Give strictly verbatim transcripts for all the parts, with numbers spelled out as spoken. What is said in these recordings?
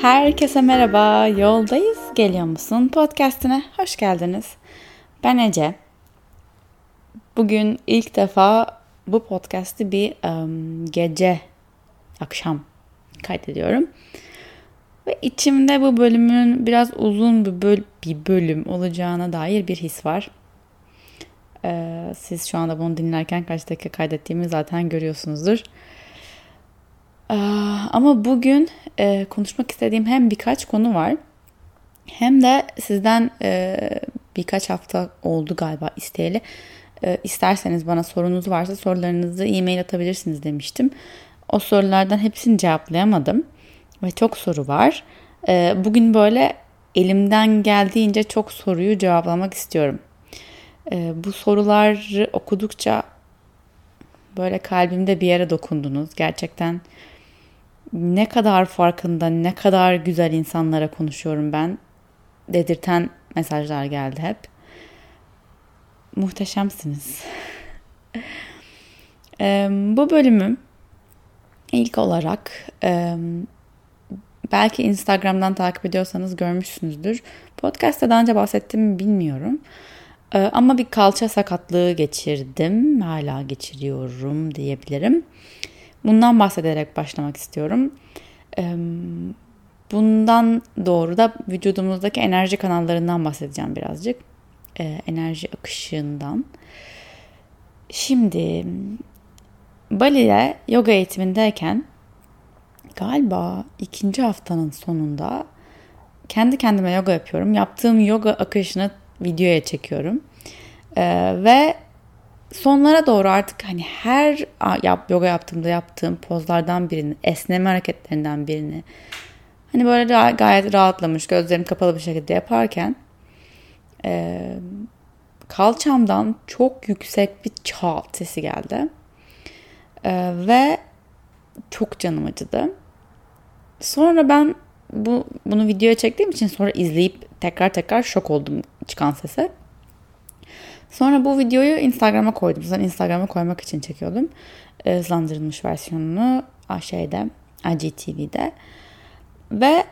Herkese merhaba, yoldayız, geliyor musun? Podcast'ine hoş geldiniz. Ben Ece. Bugün ilk defa bu podcast'i bir um, gece, akşam kaydediyorum. Ve içimde bu bölümün biraz uzun bir, böl- bir bölüm olacağına dair bir his var. Ee, siz şu anda bunu dinlerken kaç dakika kaydettiğimi zaten görüyorsunuzdur. Ama bugün e, konuşmak istediğim hem birkaç konu var hem de sizden e, birkaç hafta oldu galiba isteyeli. E, isterseniz bana sorunuz varsa sorularınızı e-mail atabilirsiniz demiştim. O sorulardan hepsini cevaplayamadım ve çok soru var. E, bugün böyle elimden geldiğince çok soruyu cevaplamak istiyorum. E, bu soruları okudukça böyle kalbimde bir yere dokundunuz. Gerçekten ne kadar farkında, ne kadar güzel insanlara konuşuyorum ben dedirten mesajlar geldi hep. Muhteşemsiniz. e, bu bölümüm ilk olarak e, belki Instagram'dan takip ediyorsanız görmüşsünüzdür. Podcast'ta daha önce bahsettim mi bilmiyorum. E, ama bir kalça sakatlığı geçirdim. Hala geçiriyorum diyebilirim. Bundan bahsederek başlamak istiyorum. Bundan doğru da vücudumuzdaki enerji kanallarından bahsedeceğim birazcık. Enerji akışından. Şimdi Bali'de yoga eğitimindeyken galiba ikinci haftanın sonunda kendi kendime yoga yapıyorum. Yaptığım yoga akışını videoya çekiyorum. Ve sonlara doğru artık hani her yap, yoga yaptığımda yaptığım pozlardan birini, esneme hareketlerinden birini hani böyle ra- gayet rahatlamış, gözlerim kapalı bir şekilde yaparken e, kalçamdan çok yüksek bir çat sesi geldi. E, ve çok canım acıdı. Sonra ben bu bunu videoya çektiğim için sonra izleyip tekrar tekrar şok oldum çıkan sese. Sonra bu videoyu Instagram'a koydum. Zaten Instagram'a koymak için çekiyordum. E, hızlandırılmış versiyonunu şeyde, I G T V'de. Ve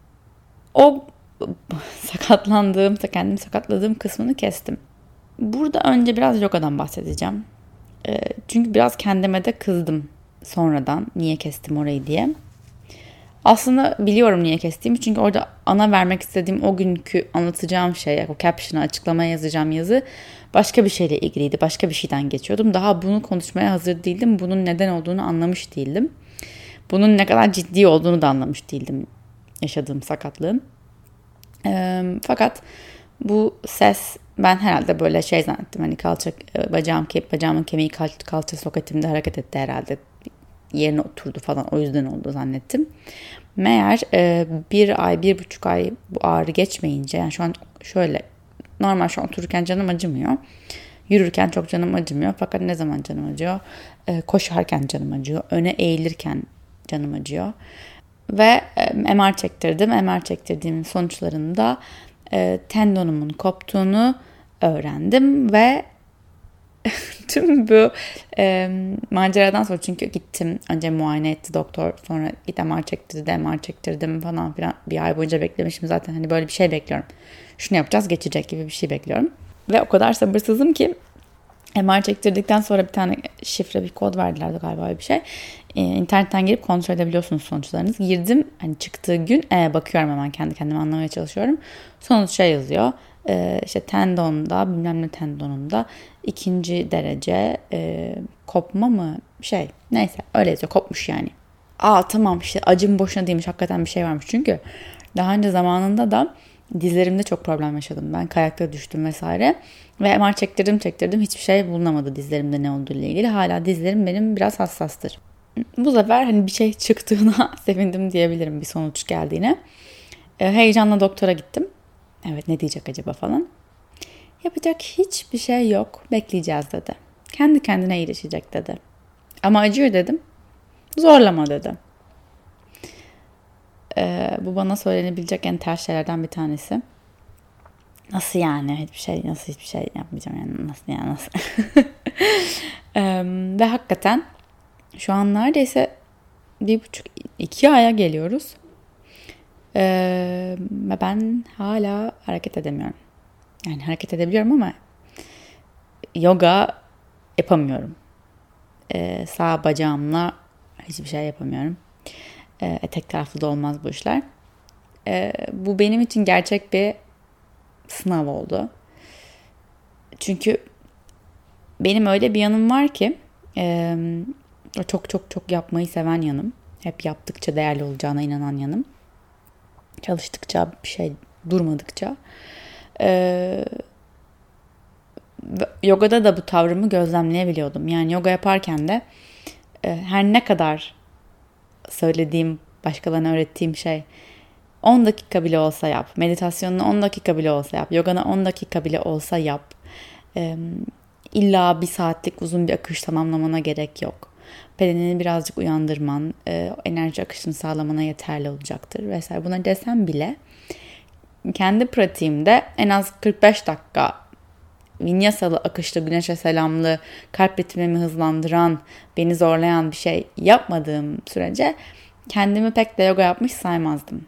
o sakatlandığım, kendimi sakatladığım kısmını kestim. Burada önce biraz yogadan bahsedeceğim. E, çünkü biraz kendime de kızdım sonradan. Niye kestim orayı diye. Aslında biliyorum niye kestiğimi. Çünkü orada ana vermek istediğim o günkü anlatacağım şey, o caption'a, açıklamaya yazacağım yazı başka bir şeyle ilgiliydi. Başka bir şeyden geçiyordum. Daha bunu konuşmaya hazır değildim. Bunun neden olduğunu anlamış değildim. Bunun ne kadar ciddi olduğunu da anlamış değildim yaşadığım sakatlığın. E, fakat bu ses ben herhalde böyle şey zannettim. Hani kalça, bacağım, bacağımın kemiği kalça, kalça soketimde hareket etti herhalde. Yerine oturdu falan, o yüzden oldu zannettim. Meğer e, bir ay, bir buçuk ay bu ağrı geçmeyince, yani şu an şöyle normal şu an otururken canım acımıyor. Yürürken çok canım acımıyor. Fakat ne zaman canım acıyor? E, koşarken canım acıyor. Öne eğilirken canım acıyor. Ve e, M R çektirdim. M R çektirdiğimin sonuçlarında e, tendonumun koptuğunu öğrendim ve tüm bu e, maceradan sonra, çünkü gittim önce muayene etti doktor, sonra git M R çektirdi, M R çektirdim falan filan, bir ay boyunca beklemişim zaten, hani böyle bir şey bekliyorum, şunu yapacağız geçecek gibi bir şey bekliyorum ve o kadar sabırsızım ki M R çektirdikten sonra bir tane şifre, bir kod verdilerdi galiba, bir şey. Ee, internetten girip kontrol edebiliyorsunuz sonuçlarınızı. Girdim, hani çıktığı gün e, bakıyorum, hemen kendi kendime anlamaya çalışıyorum. Sonuç şey yazıyor. E, işte tendonda, bilmem ne tendonunda ikinci derece e, kopma mı şey. Neyse öyle yazıyor, kopmuş yani. Aa tamam, işte acım boşuna değilmiş, hakikaten bir şey varmış. Çünkü daha önce zamanında da dizlerimde çok problem yaşadım. Ben kayakta düştüm vesaire. Ve M R çektirdim çektirdim. Hiçbir şey bulunamadı dizlerimde ne olduğu ile ilgili. Hala dizlerim benim biraz hassastır. Bu sefer hani bir şey çıktığına sevindim diyebilirim, bir sonuç geldiğine. E, heyecanla doktora gittim. Evet, ne diyecek acaba falan. Yapacak hiçbir şey yok. Bekleyeceğiz dedi. Kendi kendine iyileşecek dedi. Ama acıyor dedim. Zorlama dedi. Ee, bu bana söylenebilecek en ters şeylerden bir tanesi. Nasıl yani? Hiçbir şey, nasıl hiçbir şey yapmayacağım yani, nasıl yani, nasıl? ee, ve hakikaten şu an neredeyse bir buçuk iki aya geliyoruz. Ee, ve ben hala hareket edemiyorum. Yani hareket edebiliyorum ama yoga yapamıyorum. Ee, sağ bacağımla hiçbir şey yapamıyorum. Ee, tek taraflı da olmaz bu işler. Ee, bu benim için gerçek bir sınav oldu. Çünkü benim öyle bir yanım var ki e, çok çok çok yapmayı seven yanım. Hep yaptıkça değerli olacağına inanan yanım. Çalıştıkça bir şey durmadıkça. Ee, yogada da bu tavrımı gözlemleyebiliyordum. Yani yoga yaparken de e, her ne kadar söylediğim, başkalarına öğrettiğim şey on dakika bile olsa yap. Meditasyonunu on dakika bile olsa yap. Yogana on dakika bile olsa yap. Ee, illa bir saatlik uzun bir akış tamamlamana gerek yok. Bedenini birazcık uyandırman, e, enerji akışını sağlamana yeterli olacaktır vesaire. Buna desem bile kendi pratiğimde en az kırk beş dakika vinyasalı, akışlı, güneşe selamlı, kalp ritmimi hızlandıran, beni zorlayan bir şey yapmadığım sürece kendimi pek de yoga yapmış saymazdım.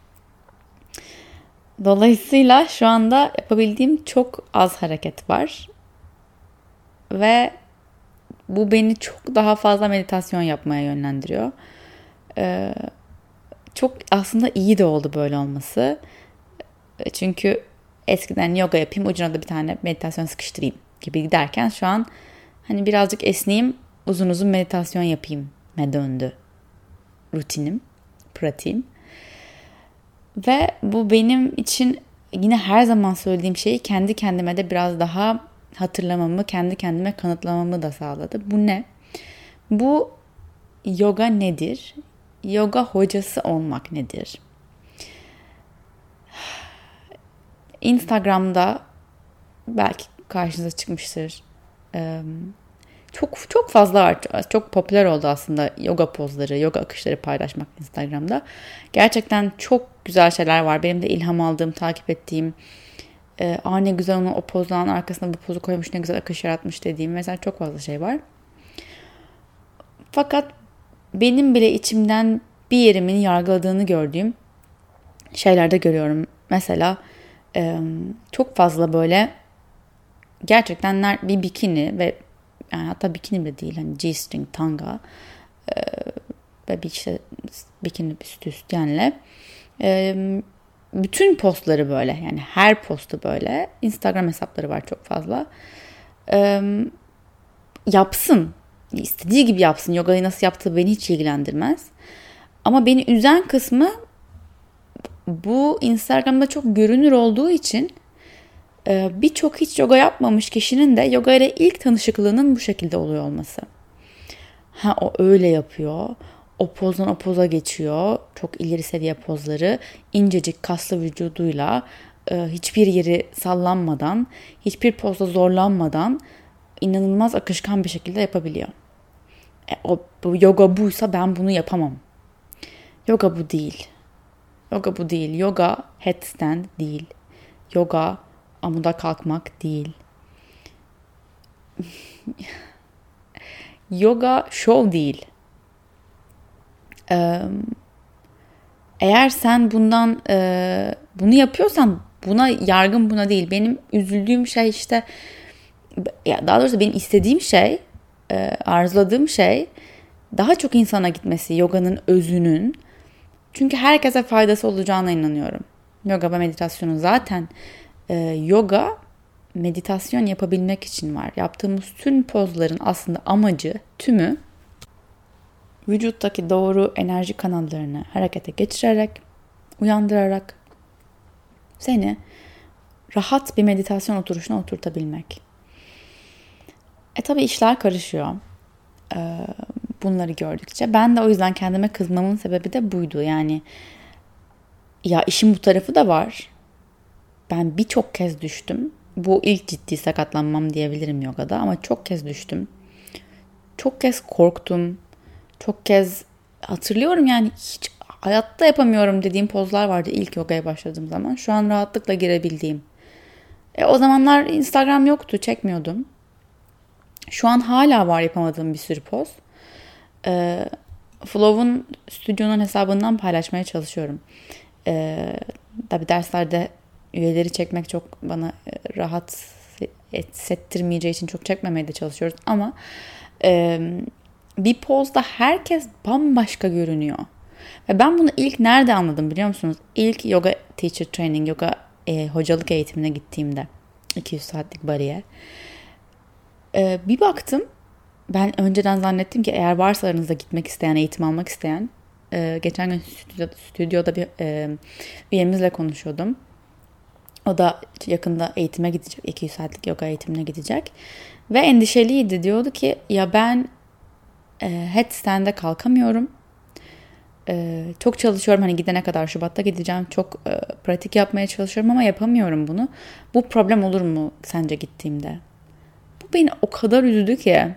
Dolayısıyla şu anda yapabildiğim çok az hareket var. Ve bu beni çok daha fazla meditasyon yapmaya yönlendiriyor. Ee, çok aslında iyi de oldu böyle olması. Çünkü eskiden yoga yapayım, ucuna da bir tane meditasyon sıkıştırayım gibi giderken şu an hani birazcık esneyeyim, uzun uzun meditasyon yapayım me döndü rutinim, pratiğim. Ve bu benim için yine her zaman söylediğim şeyi kendi kendime de biraz daha hatırlamamı, kendi kendime kanıtlamamı da sağladı. Bu ne? Bu yoga nedir? Yoga hocası olmak nedir? Instagram'da belki karşınıza çıkmıştır. Çok çok fazla var. Çok popüler oldu aslında yoga pozları, yoga akışları paylaşmak Instagram'da. Gerçekten çok güzel şeyler var. Benim de ilham aldığım, takip ettiğim, aa ne güzel onu o pozdan arkasına bu pozu koymuş, ne güzel akış yaratmış dediğim mesela çok fazla şey var. Fakat benim bile içimden bir yerimin yargıladığını gördüğüm şeyler de görüyorum. Mesela çok fazla böyle gerçekten bir bikini ve yani hatta bikini bile değil, hani G-string, tanga ve bir işte bikini üstü üstyenle bütün postları böyle, yani her postu böyle, Instagram hesapları var çok fazla, yapsın, istediği gibi yapsın, yogayı nasıl yaptığı beni hiç ilgilendirmez, ama beni üzen kısmı bu Instagram'da çok görünür olduğu için birçok hiç yoga yapmamış kişinin de yoga ile ilk tanışıklığının bu şekilde oluyor olması. Ha o öyle yapıyor, o pozdan o poza geçiyor, çok ileri seviye pozları, incecik kaslı vücuduyla, hiçbir yeri sallanmadan, hiçbir pozda zorlanmadan inanılmaz akışkan bir şekilde yapabiliyor. E, o bu yoga buysa ben bunu yapamam. Yoga bu değil. Yoga bu değil. Yoga headstand değil. Yoga amuda kalkmak değil. Yoga show değil. Ee, eğer sen bundan e, bunu yapıyorsan buna yargım buna değil. Benim üzüldüğüm şey işte, ya daha doğrusu benim istediğim şey, e, arzuladığım şey daha çok insana gitmesi yoganın özünün. Çünkü herkese faydası olacağına inanıyorum. Yoga ve meditasyonun zaten e, yoga meditasyon yapabilmek için var. Yaptığımız tüm pozların aslında amacı, tümü vücuttaki doğru enerji kanallarını harekete geçirerek, uyandırarak seni rahat bir meditasyon oturuşuna oturtabilmek. E tabii işler karışıyor. Ee, bunları gördükçe. Ben de o yüzden kendime kızmamın sebebi de buydu. Yani ya işin bu tarafı da var. Ben birçok kez düştüm. Bu ilk ciddi sakatlanmam diyebilirim yogada, ama çok kez düştüm. Çok kez korktum. Çok kez hatırlıyorum, yani hiç hayatta yapamıyorum dediğim pozlar vardı ilk yogaya başladığım zaman. Şu an rahatlıkla girebildiğim. E, o zamanlar Instagram yoktu, çekmiyordum. Şu an hala var yapamadığım bir sürü poz. E, Flow'un stüdyonun hesabından paylaşmaya çalışıyorum. Ee, tabii derslerde üyeleri çekmek çok bana rahat hissettirmeyeceği için çok çekmemeye de çalışıyoruz. Ama e, bir pozda herkes bambaşka görünüyor. Ve ben bunu ilk nerede anladım biliyor musunuz? İlk yoga teacher training, yoga e, hocalık eğitimine gittiğimde. iki yüz saatlik bariyer. E, bir baktım, ben önceden zannettim ki eğer varsa aranızda gitmek isteyen, eğitim almak isteyen, e, geçen gün stüdyoda, stüdyoda bir e, üyemizle konuşuyordum. O da yakında eğitime gidecek, iki yüz saatlik yoga eğitimine gidecek. Ve endişeliydi, diyordu ki ya ben e, headstand'e kalkamıyorum. E, çok çalışıyorum, hani gidene kadar Şubat'ta gideceğim. Çok e, pratik yapmaya çalışıyorum ama yapamıyorum bunu. Bu problem olur mu sence gittiğimde? Bu beni o kadar üzdü ki.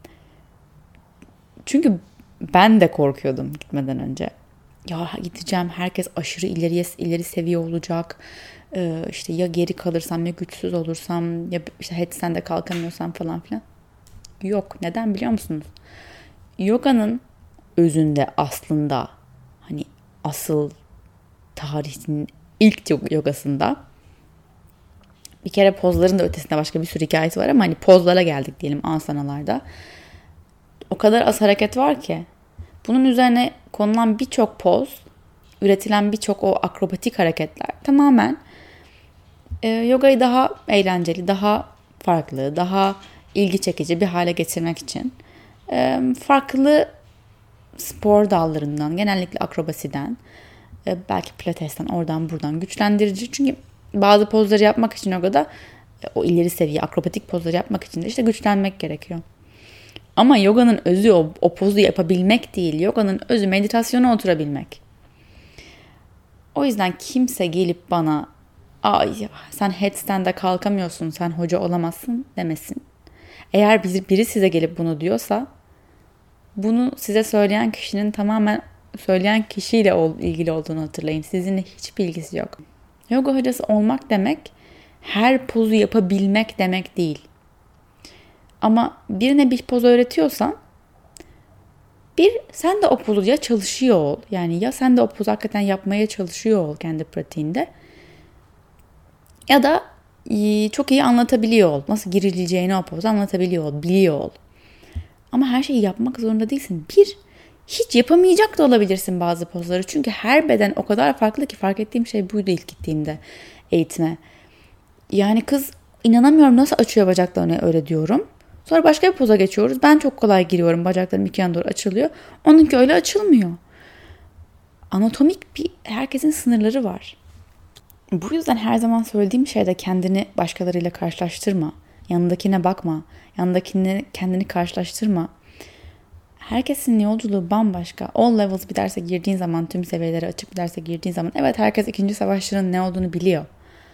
Çünkü ben de korkuyordum gitmeden önce. Ya gideceğim, herkes aşırı ileriye ileri seviye olacak. Ee, işte ya geri kalırsam, ya güçsüz olursam, ya işte headstand'e kalkamıyorsam falan filan. Yok. Neden biliyor musunuz? Yoga'nın özünde aslında hani asıl tarihin ilk yogasında bir kere pozların da ötesinde başka bir sürü hikayesi var ama hani pozlara geldik diyelim, asanalarda. O kadar az hareket var ki. Bunun üzerine konulan birçok poz, üretilen birçok o akrobatik hareketler tamamen e, yogayı daha eğlenceli, daha farklı, daha ilgi çekici bir hale getirmek için e, farklı spor dallarından, genellikle akrobasiden, e, belki pilatesten, oradan buradan güçlendirici. Çünkü bazı pozları yapmak için yogada e, o ileri seviye akrobatik pozları yapmak için de işte güçlenmek gerekiyor. Ama yoganın özü o, o pozu yapabilmek değil. Yoganın özü meditasyona oturabilmek. O yüzden kimse gelip bana ay sen headstand'e kalkamıyorsun, sen hoca olamazsın demesin. Eğer biri size gelip bunu diyorsa, bunu size söyleyen kişinin tamamen söyleyen kişiyle ilgili olduğunu hatırlayın. Sizinle hiçbir ilgisi yok. Yoga hocası olmak demek her pozu yapabilmek demek değil. Ama birine bir poz öğretiyorsan, bir sen de o pozu ya çalışıyor ol. Yani ya sen de o pozu hakikaten yapmaya çalışıyor ol kendi pratiğinde. Ya da çok iyi anlatabiliyor ol. Nasıl girileceğini o pozu anlatabiliyor ol. Biliyor ol. Ama her şeyi yapmak zorunda değilsin. Bir, hiç yapamayacak da olabilirsin bazı pozları. Çünkü her beden o kadar farklı ki, fark ettiğim şey buydu ilk gittiğimde eğitime. Yani kız inanamıyorum nasıl açıyor bacaklarını öyle diyorum. Sonra başka bir poza geçiyoruz. Ben çok kolay giriyorum. Bacaklarım iki yana doğru açılıyor. Onunki öyle açılmıyor. Anatomik bir, herkesin sınırları var. Bu yüzden her zaman söylediğim şeyde kendini başkalarıyla karşılaştırma. Yanındakine bakma. Yanındakine kendini karşılaştırma. Herkesin yolculuğu bambaşka. All levels bir derse girdiğin zaman, tüm seviyeleri açık bir derse girdiğin zaman, evet herkes ikinci savaşçının ne olduğunu biliyor.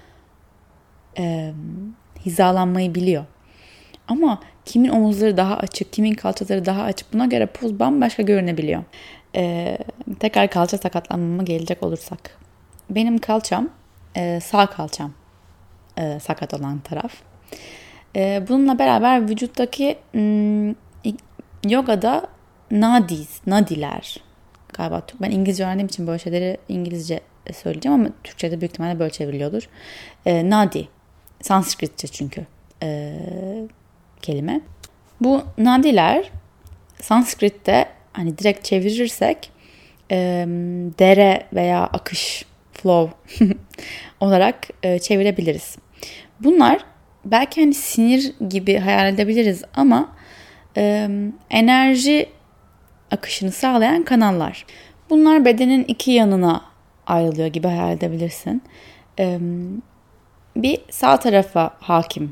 Ee, hizalanmayı biliyor. Ama kimin omuzları daha açık, kimin kalçaları daha açık, buna göre poz bambaşka görünebiliyor. Ee, tekrar kalça sakatlanmama gelecek olursak. Benim kalçam, e, sağ kalçam e, sakat olan taraf. E, bununla beraber vücuttaki m, yogada nadis, nadiler galiba. Ben İngilizce öğrendiğim için böyle şeyleri İngilizce söyleyeceğim ama Türkçe'de büyük ihtimalle böyle çevriliyordur. E, nadi, Sanskritçe çünkü e, kelime. Bu nadiler Sanskrit'te hani direkt çevirirsek e, dere veya akış, flow olarak e, çevirebiliriz. Bunlar belki hani sinir gibi hayal edebiliriz ama e, enerji akışını sağlayan kanallar. Bunlar bedenin iki yanına ayrılıyor gibi hayal edebilirsin. E, bir sağ tarafa hakim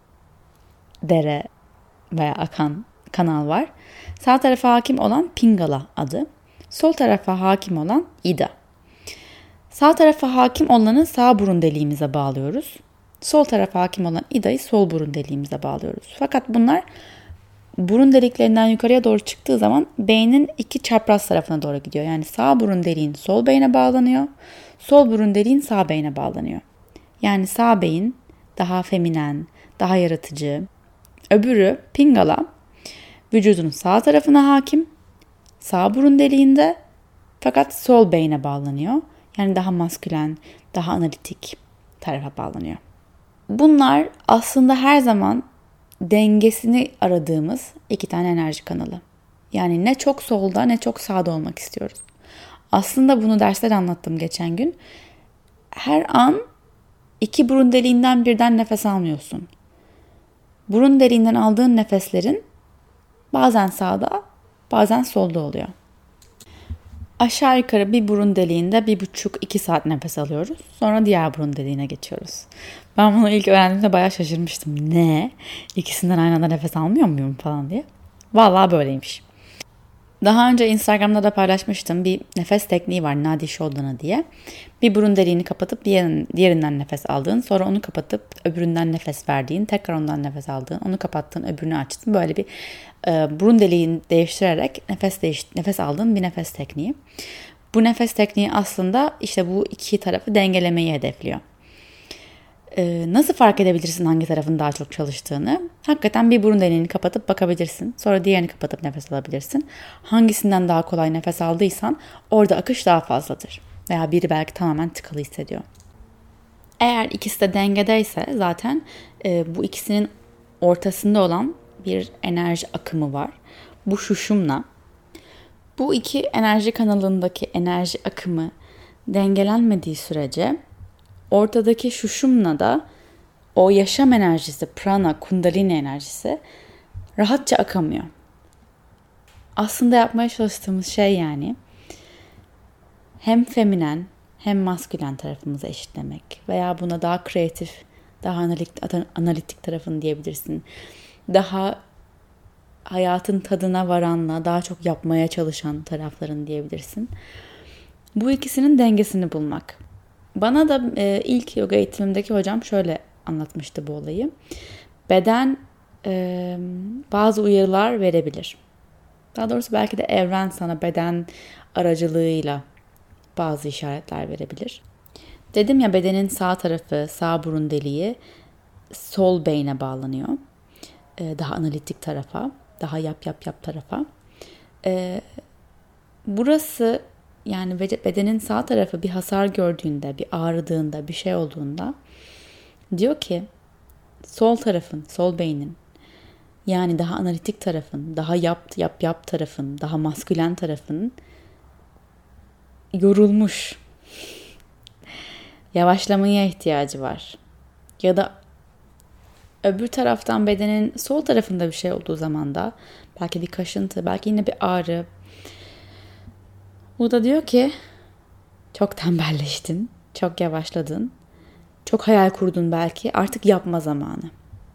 dere veya akan kanal var. Sağ tarafa hakim olan Pingala adı. Sol tarafa hakim olan Ida. Sağ tarafa hakim olanı sağ burun deliğimize bağlıyoruz. Sol tarafa hakim olan İda'yı sol burun deliğimize bağlıyoruz. Fakat bunlar burun deliklerinden yukarıya doğru çıktığı zaman beynin iki çapraz tarafına doğru gidiyor. Yani sağ burun deliğin sol beyne bağlanıyor. Sol burun deliğin sağ beyne bağlanıyor. Yani sağ beyin daha feminen, daha yaratıcı. Öbürü Pingala vücudun sağ tarafına hakim. Sağ burun deliğinde fakat sol beyne bağlanıyor. Yani daha maskülen, daha analitik tarafa bağlanıyor. Bunlar aslında her zaman dengesini aradığımız iki tane enerji kanalı. Yani ne çok solda ne çok sağda olmak istiyoruz. Aslında bunu derste de anlattım geçen gün. Her an iki burun deliğinden birden nefes almıyorsun. Burun deliğinden aldığın nefeslerin bazen sağda, bazen solda oluyor. Aşağı yukarı bir burun deliğinde bir buçuk iki saat nefes alıyoruz. Sonra diğer burun deliğine geçiyoruz. Ben bunu ilk öğrendiğimde bayağı şaşırmıştım. Ne? İkisinden aynı anda nefes almıyor muyum falan diye. Vallahi böyleymiş. Daha önce Instagram'da da paylaşmıştım. Bir nefes tekniği var, Nadi Shodhana diye. Bir burun deliğini kapatıp diğerin, diğerinden nefes aldığın, sonra onu kapatıp öbüründen nefes verdiğin, tekrar ondan nefes aldığın, onu kapattığın, öbürünü açtın. Böyle bir e, burun deliğini değiştirerek nefes değiş, nefes aldığın bir nefes tekniği. Bu nefes tekniği aslında işte bu iki tarafı dengelemeyi hedefliyor. Nasıl fark edebilirsin hangi tarafın daha çok çalıştığını? Hakikaten bir burun deliğini kapatıp bakabilirsin. Sonra diğerini kapatıp nefes alabilirsin. Hangisinden daha kolay nefes aldıysan orada akış daha fazladır. Veya biri belki tamamen tıkalı hissediyor. Eğer ikisi de dengedeyse zaten e, bu ikisinin ortasında olan bir enerji akımı var. Bu şuşumla. Bu iki enerji kanalındaki enerji akımı dengelenmediği sürece ortadaki şuşumla da o yaşam enerjisi, prana, kundalini enerjisi rahatça akamıyor. Aslında yapmaya çalıştığımız şey yani hem feminen hem maskülen tarafımızı eşitlemek veya buna daha kreatif, daha analitik, analitik tarafını diyebilirsin. Daha hayatın tadına varanla daha çok yapmaya çalışan tarafların diyebilirsin. Bu ikisinin dengesini bulmak. Bana da e, ilk yoga eğitimimdeki hocam şöyle anlatmıştı bu olayı. Beden e, bazı uyarılar verebilir. Daha doğrusu belki de evren sana beden aracılığıyla bazı işaretler verebilir. Dedim ya, bedenin sağ tarafı, sağ burun deliği sol beyne bağlanıyor. E, daha analitik tarafa, daha yap yap yap tarafa. E, burası yani bedenin sağ tarafı bir hasar gördüğünde, bir ağrıdığında, bir şey olduğunda diyor ki sol tarafın, sol beynin yani daha analitik tarafın, daha yap yap yap tarafın, daha maskülen tarafın yorulmuş. Yavaşlamaya ihtiyacı var. Ya da öbür taraftan bedenin sol tarafında bir şey olduğu zaman da belki bir kaşıntı, belki yine bir ağrı. Bu da diyor ki çok tembelleştin, çok yavaşladın, çok hayal kurdun belki, artık yapma zamanı.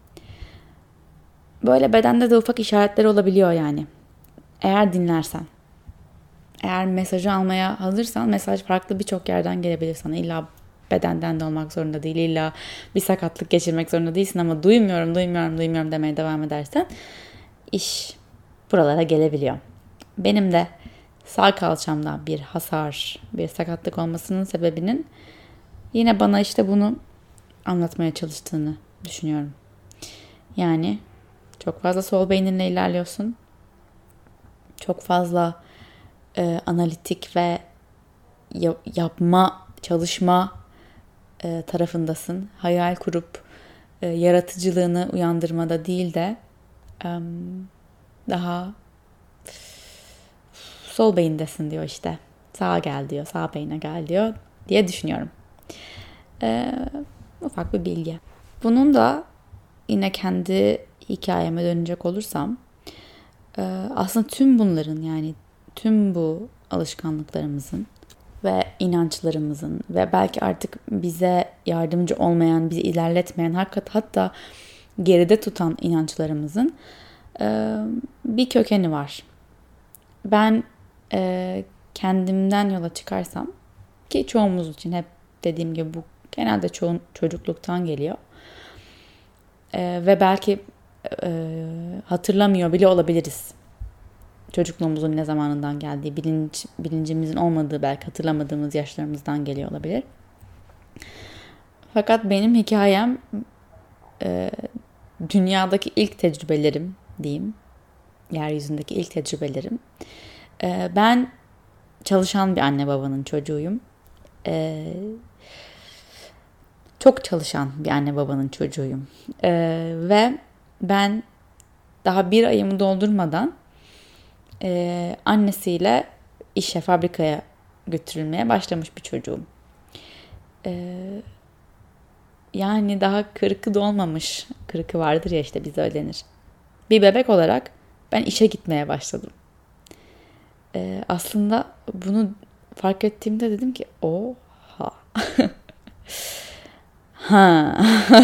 Böyle bedende de ufak işaretler olabiliyor yani. Eğer dinlersen, eğer mesajı almaya hazırsan mesaj farklı birçok yerden gelebilir sana. İlla bedenden de olmak zorunda değil, illa bir sakatlık geçirmek zorunda değilsin ama duymuyorum, duymuyorum, duymuyorum demeye devam edersen iş buralara gelebiliyor. Benim de sağ kalçamda bir hasar, bir sakatlık olmasının sebebinin yine bana işte bunu anlatmaya çalıştığını düşünüyorum. Yani çok fazla sol beyninle ilerliyorsun. Çok fazla e, analitik ve yapma, çalışma e, tarafındasın. Hayal kurup e, yaratıcılığını uyandırmada değil de e, daha sol beyindesin diyor işte. Sağa gel diyor, sağ beyine gel diyor diye düşünüyorum. E, ufak bir bilgi. Bunun da yine kendi hikayeme dönecek olursam e, aslında tüm bunların yani tüm bu alışkanlıklarımızın ve inançlarımızın ve belki artık bize yardımcı olmayan, bizi ilerletmeyen, hatta geride tutan inançlarımızın e, bir kökeni var. Ben e, kendimden yola çıkarsam, ki çoğumuz için hep dediğim gibi bu genelde çoğun çocukluktan geliyor. E, ve belki e, hatırlamıyor bile olabiliriz. Çocukluğumuzun ne zamanından geldiği, bilinç, bilincimizin olmadığı, belki hatırlamadığımız yaşlarımızdan geliyor olabilir. Fakat benim hikayem e, dünyadaki ilk tecrübelerim diyeyim. Yeryüzündeki ilk tecrübelerim. E, ben çalışan bir anne babanın çocuğuyum. Ee, çok çalışan bir anne babanın çocuğuyum. Ee, ve ben daha bir ayımı doldurmadan e, annesiyle işe, fabrikaya götürülmeye başlamış bir çocuğum. Ee, yani daha kırkı dolmamış, kırkı vardır ya işte bize öyle denir. Bir bebek olarak ben işe gitmeye başladım. Ee, aslında bunu fark ettiğimde dedim ki oha. ha.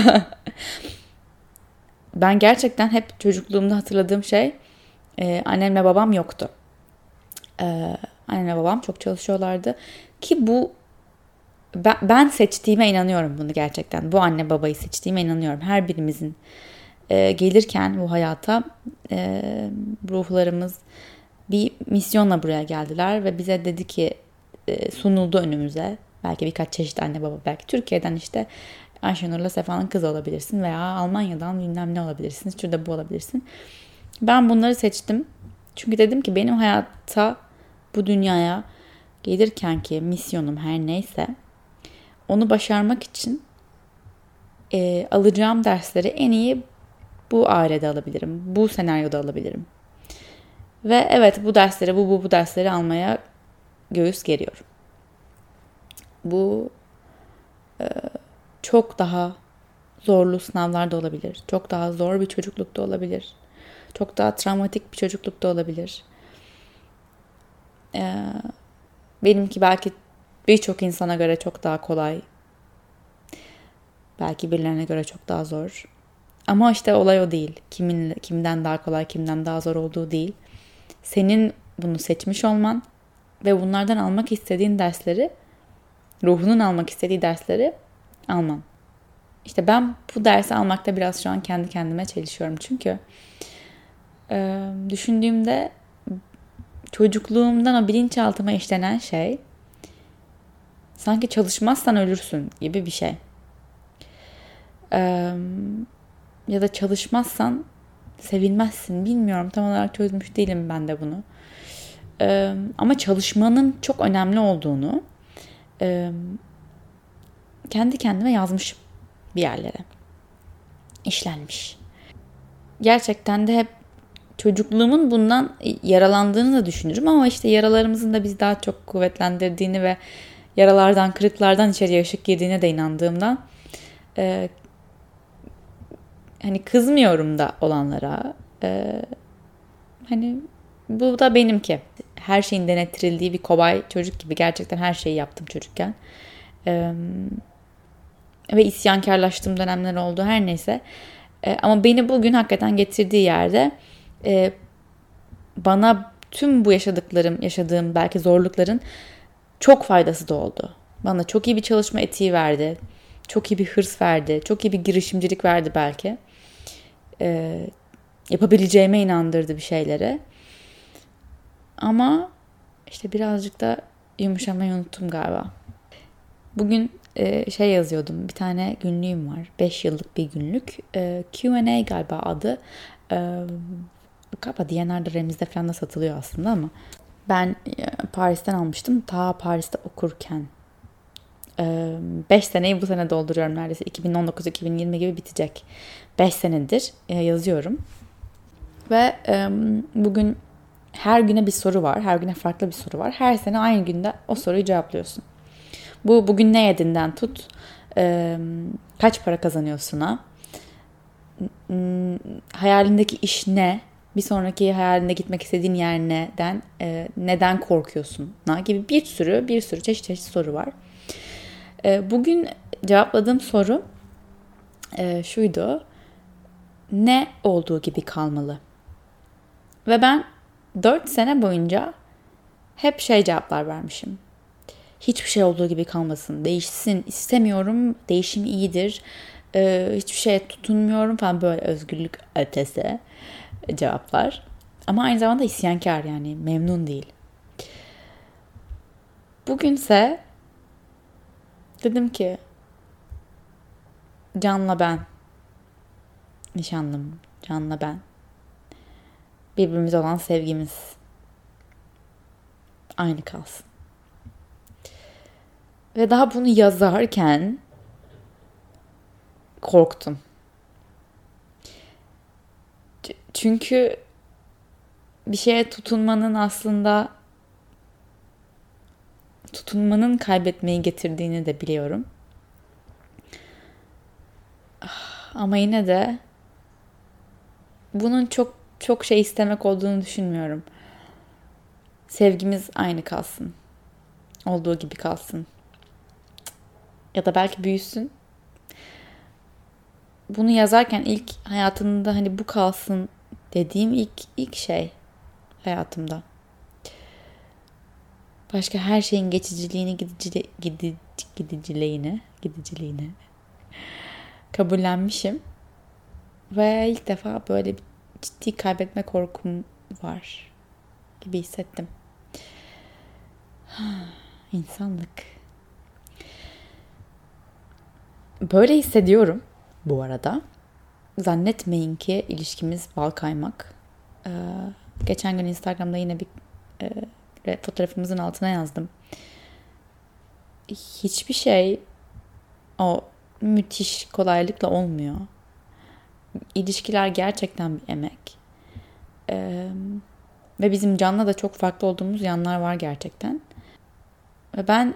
Ben gerçekten hep çocukluğumda hatırladığım şey e, annemle babam yoktu. Ee, annemle babam çok çalışıyorlardı ki bu ben, ben seçtiğime inanıyorum bunu gerçekten. Bu anne babayı seçtiğime inanıyorum. Her birimizin e, gelirken bu hayata e, ruhlarımız bir misyonla buraya geldiler ve bize dedi ki e, sunuldu önümüze. Belki birkaç çeşit anne baba, belki Türkiye'den işte Ayşenur'la Sefa'nın kızı olabilirsin veya Almanya'dan bilmem ne olabilirsiniz. Şurada bu olabilirsin. Ben bunları seçtim. Çünkü dedim ki benim hayata, bu dünyaya gelirken ki misyonum her neyse onu başarmak için e, alacağım dersleri en iyi bu ailede alabilirim. Bu senaryoda alabilirim. Ve evet bu dersleri, bu bu bu dersleri almaya göğüs geriyorum. Bu e, çok daha zorlu sınavlar da olabilir. Çok daha zor bir çocukluk da olabilir. Çok daha travmatik bir çocukluk da olabilir. E, benimki belki birçok insana göre çok daha kolay. Belki birilerine göre çok daha zor. Ama işte olay o değil. Kimin, kimden daha kolay, kimden daha zor olduğu değil. Senin bunu seçmiş olman ve bunlardan almak istediğin dersleri, ruhunun almak istediği dersleri alman. İşte ben bu dersi almakta biraz şu an kendi kendime çelişiyorum. Çünkü e, düşündüğümde çocukluğumdan o bilinçaltıma işlenen şey sanki çalışmazsan ölürsün gibi bir şey. E, ya da çalışmazsan sevilmezsin. Bilmiyorum, tam olarak çözmüş değilim ben de bunu. E, ama çalışmanın çok önemli olduğunu e, kendi kendime yazmışım bir yerlere. İşlenmiş. Gerçekten de hep çocukluğumun bundan yaralandığını da düşünürüm ama işte yaralarımızın da bizi daha çok kuvvetlendirdiğini ve yaralardan, kırıklardan içeriye ışık girdiğine de inandığımdan e, hani kızmıyorum da olanlara. E, hani bu da benimki. Her şeyin denettirildiği bir kobay çocuk gibi gerçekten her şeyi yaptım çocukken. E, ve isyankarlaştığım dönemler oldu, her neyse. E, ama beni bugün hakikaten getirdiği yerde e, bana tüm bu yaşadıklarım, yaşadığım belki zorlukların çok faydası da oldu. Bana çok iyi bir çalışma etiği verdi. Çok iyi bir hırs verdi. Çok iyi bir girişimcilik verdi belki. E, yapabileceğime inandırdı bir şeylere. Ama işte birazcık da yumuşamayı unuttum galiba. Bugün e, şey yazıyordum. Bir tane günlüğüm var. beş yıllık bir günlük. E, Q and A galiba adı. E, galiba D and R'da Remiz'de falan da satılıyor aslında ama ben e, Paris'ten almıştım. Ta Paris'te okurken. beş seneyi bu sene dolduruyorum neredeyse. iki bin on dokuz iki bin yirmi gibi bitecek. beş senedir e, yazıyorum. Ve e, bugün her güne bir soru var. Her güne farklı bir soru var. Her sene aynı günde o soruyu cevaplıyorsun. Bu bugün ne yedinden tut, e, kaç para kazanıyorsun'a, hayalindeki iş ne, bir sonraki hayalinde gitmek istediğin yer neden, e, neden korkuyorsun gibi bir sürü bir sürü çeşit çeşit soru var. E, bugün cevapladığım soru e, şuydu: ne olduğu gibi kalmalı? Ve ben dört sene boyunca hep şey cevaplar vermişim. Hiçbir şey olduğu gibi kalmasın, değişsin istemiyorum, değişim iyidir, ee, hiçbir şeye tutunmuyorum falan, böyle özgürlük ötesi cevaplar. Ama aynı zamanda isyankar, yani memnun değil. Bugünse dedim ki Can'la ben, nişanlım Can'la ben, birbirimize olan sevgimiz aynı kalsın. Ve daha bunu yazarken korktum. Çünkü bir şeye tutunmanın aslında tutunmanın kaybetmeyi getirdiğini de biliyorum. Ama yine de bunun çok çok şey istemek olduğunu düşünmüyorum. Sevgimiz aynı kalsın. Olduğu gibi kalsın. Ya da belki büyüsün. Bunu yazarken ilk hayatımda hani bu kalsın dediğim ilk ilk şey hayatımda. Başka her şeyin geçiciliğini, gidicili, gidi, gidiciliğini, gidiciliğini kabullenmişim. Ve ilk defa böyle bir ciddi kaybetme korkum var gibi hissettim. İnsanlık. Böyle hissediyorum bu arada. Zannetmeyin ki ilişkimiz bal kaymak. Ee, geçen gün Instagram'da yine bir e, fotoğrafımızın altına yazdım. Hiçbir şey o müthiş kolaylıkla olmuyor. İlişkiler gerçekten bir emek. Ee, ve bizim Can'la da çok farklı olduğumuz yanlar var gerçekten. Ve ben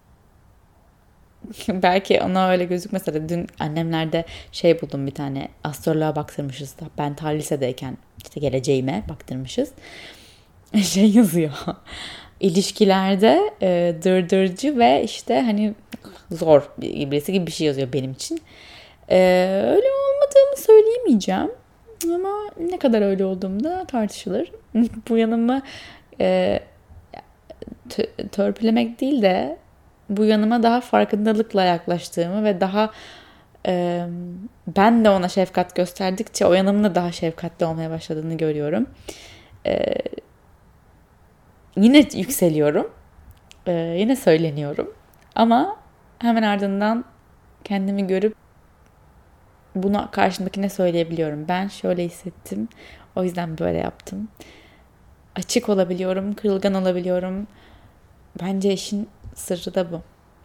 belki ona öyle gözükmese de dün annemlerde şey buldum, bir tane astroloğa baktırmışız da ben ta lisedeyken işte geleceğime baktırmışız. Şey yazıyor. İlişkilerde e, dırdırcı ve işte hani zor birisi gibi bir şey yazıyor benim için. E, öyle olmadığımı söyleyemeyeceğim. Ama ne kadar öyle olduğum da tartışılır. Bu yanımı e, t- törpülemek değil de bu yanıma daha farkındalıkla yaklaştığımı ve daha e, ben de ona şefkat gösterdikçe o yanımın da daha şefkatli olmaya başladığını görüyorum. E, yine yükseliyorum. E, yine söyleniyorum. Ama hemen ardından kendimi görüp bunu karşımdakine söyleyebiliyorum. Ben şöyle hissettim. O yüzden böyle yaptım. Açık olabiliyorum, kırılgan olabiliyorum. Bence işin sırrı da bu.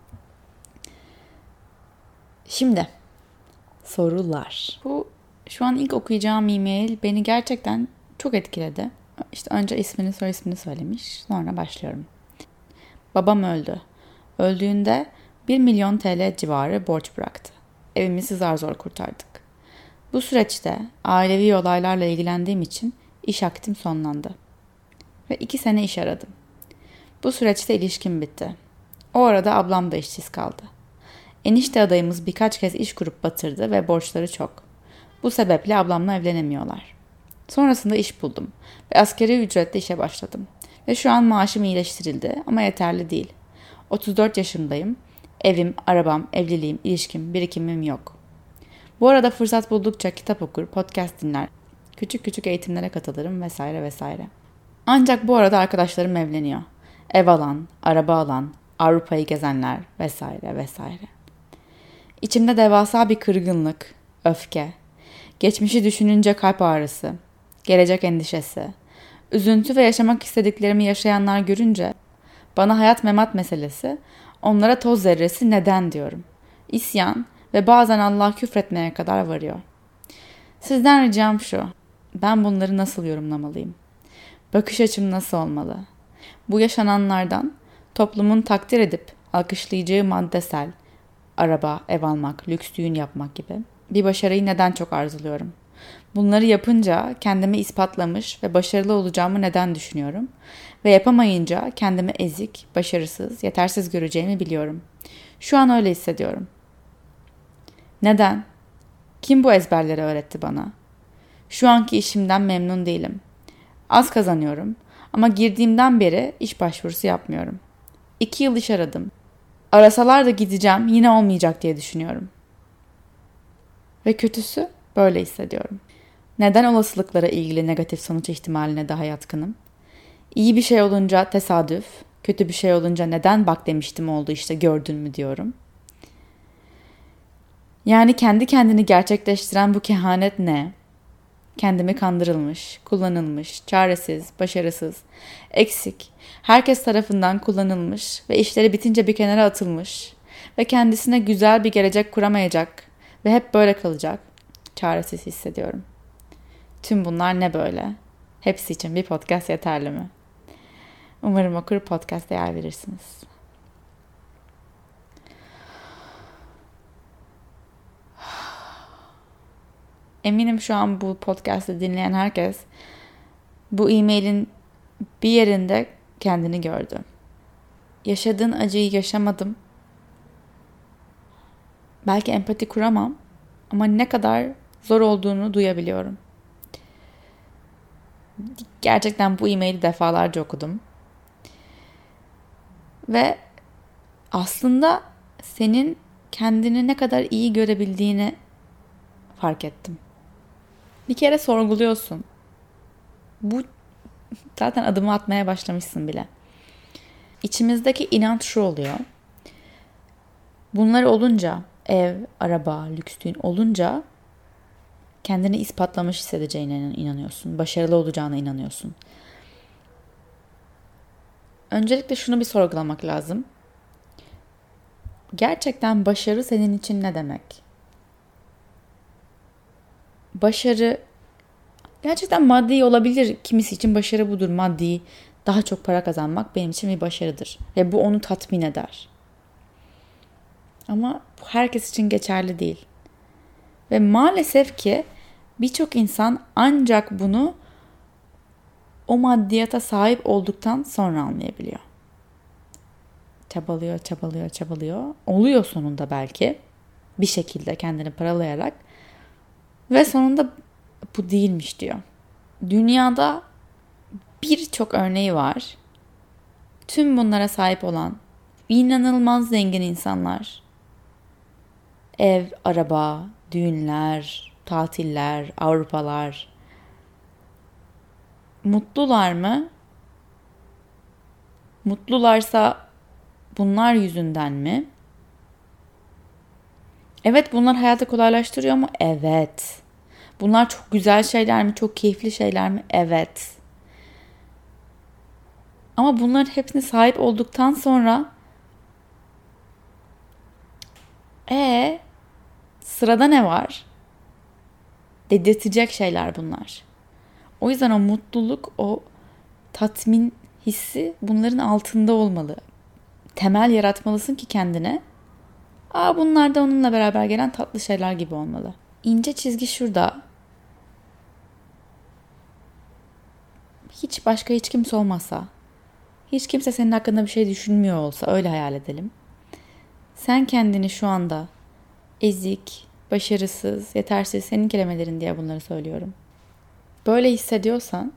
Şimdi sorular. Bu şu an ilk okuyacağım e-mail beni gerçekten çok etkiledi. İşte önce ismini, soy ismini söylemiş. Sonra başlıyorum. Babam öldü. Öldüğünde bir milyon T L civarı borç bıraktı. Evimizi zar zor kurtardık. Bu süreçte ailevi olaylarla ilgilendiğim için iş aktim sonlandı. Ve iki sene iş aradım. Bu süreçte ilişkim bitti. O arada ablam da işsiz kaldı. Enişte adayımız birkaç kez iş kurup batırdı ve borçları çok. Bu sebeple ablamla evlenemiyorlar. Sonrasında iş buldum ve asgari ücretle işe başladım. Ve şu an maaşım iyileştirildi ama yeterli değil. otuz dört yaşındayım. Evim, arabam, evliliğim, ilişkim, birikimim yok. Bu arada fırsat buldukça kitap okur, podcast dinler, küçük küçük eğitimlere katılırım vesaire vesaire. Ancak bu arada arkadaşlarım evleniyor. Ev alan, araba alan, Avrupa'yı gezenler vesaire vesaire. İçimde devasa bir kırgınlık, öfke, geçmişi düşününce kalp ağrısı, gelecek endişesi, üzüntü ve yaşamak istediklerimi yaşayanlar görünce bana hayat memat meselesi, onlara toz zerresi neden diyorum. İsyan ve bazen Allah'a küfretmeye kadar varıyor. Sizden ricam şu, ben bunları nasıl yorumlamalıyım? Bakış açım nasıl olmalı? Bu yaşananlardan toplumun takdir edip alkışlayacağı maddesel, araba, ev almak, lüks düğün yapmak gibi bir başarıyı neden çok arzuluyorum? Bunları yapınca kendimi ispatlamış ve başarılı olacağımı neden düşünüyorum? Ve yapamayınca kendimi ezik, başarısız, yetersiz göreceğimi biliyorum. Şu an öyle hissediyorum. Neden? Kim bu ezberleri öğretti bana? Şu anki işimden memnun değilim. Az kazanıyorum ama girdiğimden beri iş başvurusu yapmıyorum. İki yıl iş aradım. Arasalar da gideceğim, yine olmayacak diye düşünüyorum. Ve kötüsü böyle hissediyorum. Neden olasılıklara ilgili negatif sonuç ihtimaline daha yatkınım? İyi bir şey olunca tesadüf, kötü bir şey olunca neden bak demiştim oldu işte gördün mü diyorum. Yani kendi kendini gerçekleştiren bu kehanet ne? Kendimi kandırılmış, kullanılmış, çaresiz, başarısız, eksik, herkes tarafından kullanılmış ve işleri bitince bir kenara atılmış ve kendisine güzel bir gelecek kuramayacak ve hep böyle kalacak. Çaresiz hissediyorum. Tüm bunlar ne böyle? Hepsi için bir podcast yeterli mi? Umarım okur podcast'a yer verirsiniz. Eminim şu an bu podcast'ı dinleyen herkes bu e-mailin bir yerinde kendini gördü. Yaşadığın acıyı yaşamadım. Belki empati kuramam ama ne kadar zor olduğunu duyabiliyorum. Gerçekten bu e-maili defalarca okudum. Ve aslında senin kendini ne kadar iyi görebildiğini fark ettim. Bir kere sorguluyorsun. Bu zaten adımı atmaya başlamışsın bile. İçimizdeki inanç şu oluyor. Bunlar olunca, ev, araba, lüksün olunca kendini ispatlamış hissedeceğine inanıyorsun. Başarılı olacağına inanıyorsun. Öncelikle şunu bir sorgulamak lazım. Gerçekten başarı senin için ne demek? Başarı gerçekten maddi olabilir. Kimisi için başarı budur. Maddi, daha çok para kazanmak benim için bir başarıdır. Ve bu onu tatmin eder. Ama bu herkes için geçerli değil. Ve maalesef ki birçok insan ancak bunu o maddiyata sahip olduktan sonra anlayabiliyor. Çabalıyor, çabalıyor, çabalıyor. Oluyor sonunda belki. Bir şekilde kendini paralayarak. Ve sonunda bu değilmiş diyor. Dünyada birçok örneği var. Tüm bunlara sahip olan inanılmaz zengin insanlar. Ev, araba, düğünler, tatiller, Avrupalar. Mutlular mı? Mutlularsa bunlar yüzünden mi? Evet, bunlar hayatı kolaylaştırıyor mu? Evet. Bunlar çok güzel şeyler mi? Çok keyifli şeyler mi? Evet. Ama bunların hepsine sahip olduktan sonra ee, sırada ne var? Dedirtecek şeyler bunlar. O yüzden o mutluluk, o tatmin hissi bunların altında olmalı. Temel yaratmalısın ki kendine. Aa, bunlar da onunla beraber gelen tatlı şeyler gibi olmalı. İnce çizgi şurada. Hiç başka hiç kimse olmasa, hiç kimse senin hakkında bir şey düşünmüyor olsa, öyle hayal edelim. Sen kendini şu anda ezik, başarısız, yetersiz, senin kelimelerin diye bunları söylüyorum. Böyle hissediyorsan,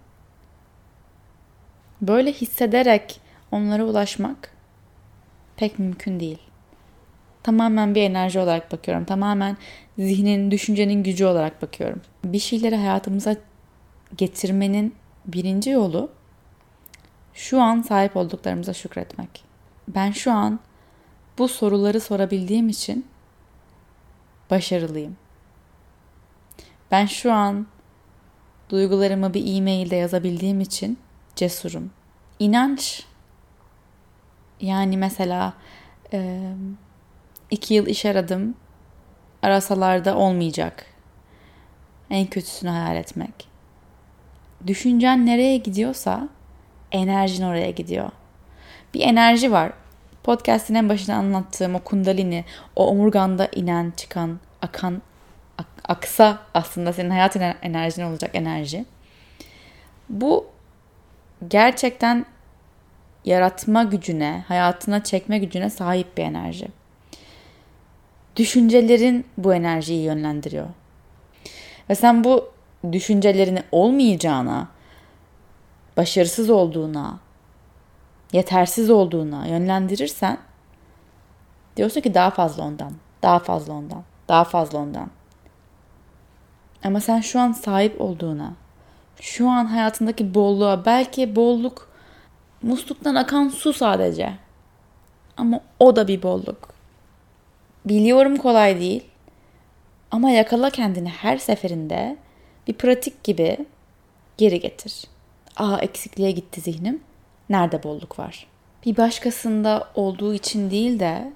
böyle hissederek onlara ulaşmak pek mümkün değil. Tamamen bir enerji olarak bakıyorum. Tamamen zihnin, düşüncenin gücü olarak bakıyorum. Bir şeyleri hayatımıza getirmenin birinci yolu şu an sahip olduklarımıza şükretmek. Ben şu an bu soruları sorabildiğim için başarılıyım. Ben şu an duygularımı bir e-mailde yazabildiğim için cesurum. İnanç, yani mesela e, iki yıl iş aradım, arasalar da olmayacak. En kötüsünü hayal etmek. Düşüncen nereye gidiyorsa enerjin oraya gidiyor. Bir enerji var. Podcast'in en başında anlattığım o kundalini, o omurganda inen, çıkan, akan, ak- aksa aslında senin hayat enerjin olacak enerji. Bu gerçekten yaratma gücüne, hayatına çekme gücüne sahip bir enerji. Düşüncelerin bu enerjiyi yönlendiriyor. Ve sen bu düşüncelerini olmayacağına, başarısız olduğuna, yetersiz olduğuna yönlendirirsen diyorsun ki daha fazla ondan, daha fazla ondan, daha fazla ondan. Ama sen şu an sahip olduğuna, şu an hayatındaki bolluğa, belki bolluk musluktan akan su sadece. Ama o da bir bolluk. Biliyorum kolay değil. Ama yakala kendini her seferinde Bir pratik gibi geri getir. Aa, eksikliğe gitti zihnim. Nerede bolluk var? Bir başkasında olduğu için değil de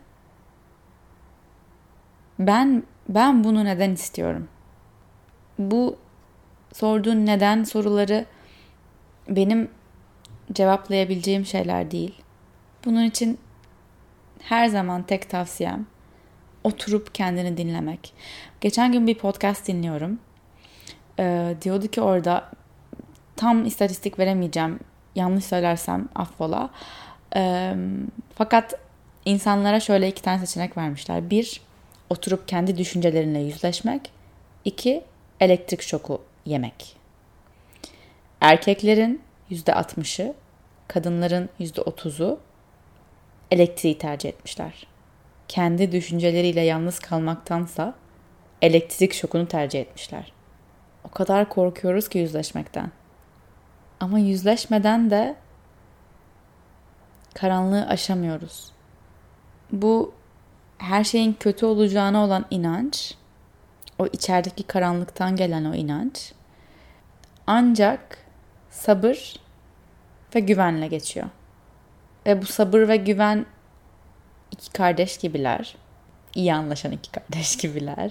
ben ben bunu neden istiyorum? Bu sorduğun neden soruları benim cevaplayabileceğim şeyler değil. Bunun için her zaman tek tavsiyem oturup kendini dinlemek. Geçen gün bir podcast dinliyorum. Ee, diyordu ki orada, tam istatistik veremeyeceğim, yanlış söylersem affola. Ee, fakat insanlara şöyle iki tane seçenek vermişler. Bir, oturup kendi düşüncelerinle yüzleşmek. İki, elektrik şoku yemek. Erkeklerin yüzde altmışı, kadınların yüzde otuzu elektriği tercih etmişler. Kendi düşünceleriyle yalnız kalmaktansa elektrik şokunu tercih etmişler. O kadar korkuyoruz ki yüzleşmekten. Ama yüzleşmeden de karanlığı aşamıyoruz. Bu her şeyin kötü olacağına olan inanç, o içerideki karanlıktan gelen o inanç, ancak sabır ve güvenle geçiyor. Ve bu sabır ve güven iki kardeş gibiler. İyi anlaşan iki kardeş gibiler.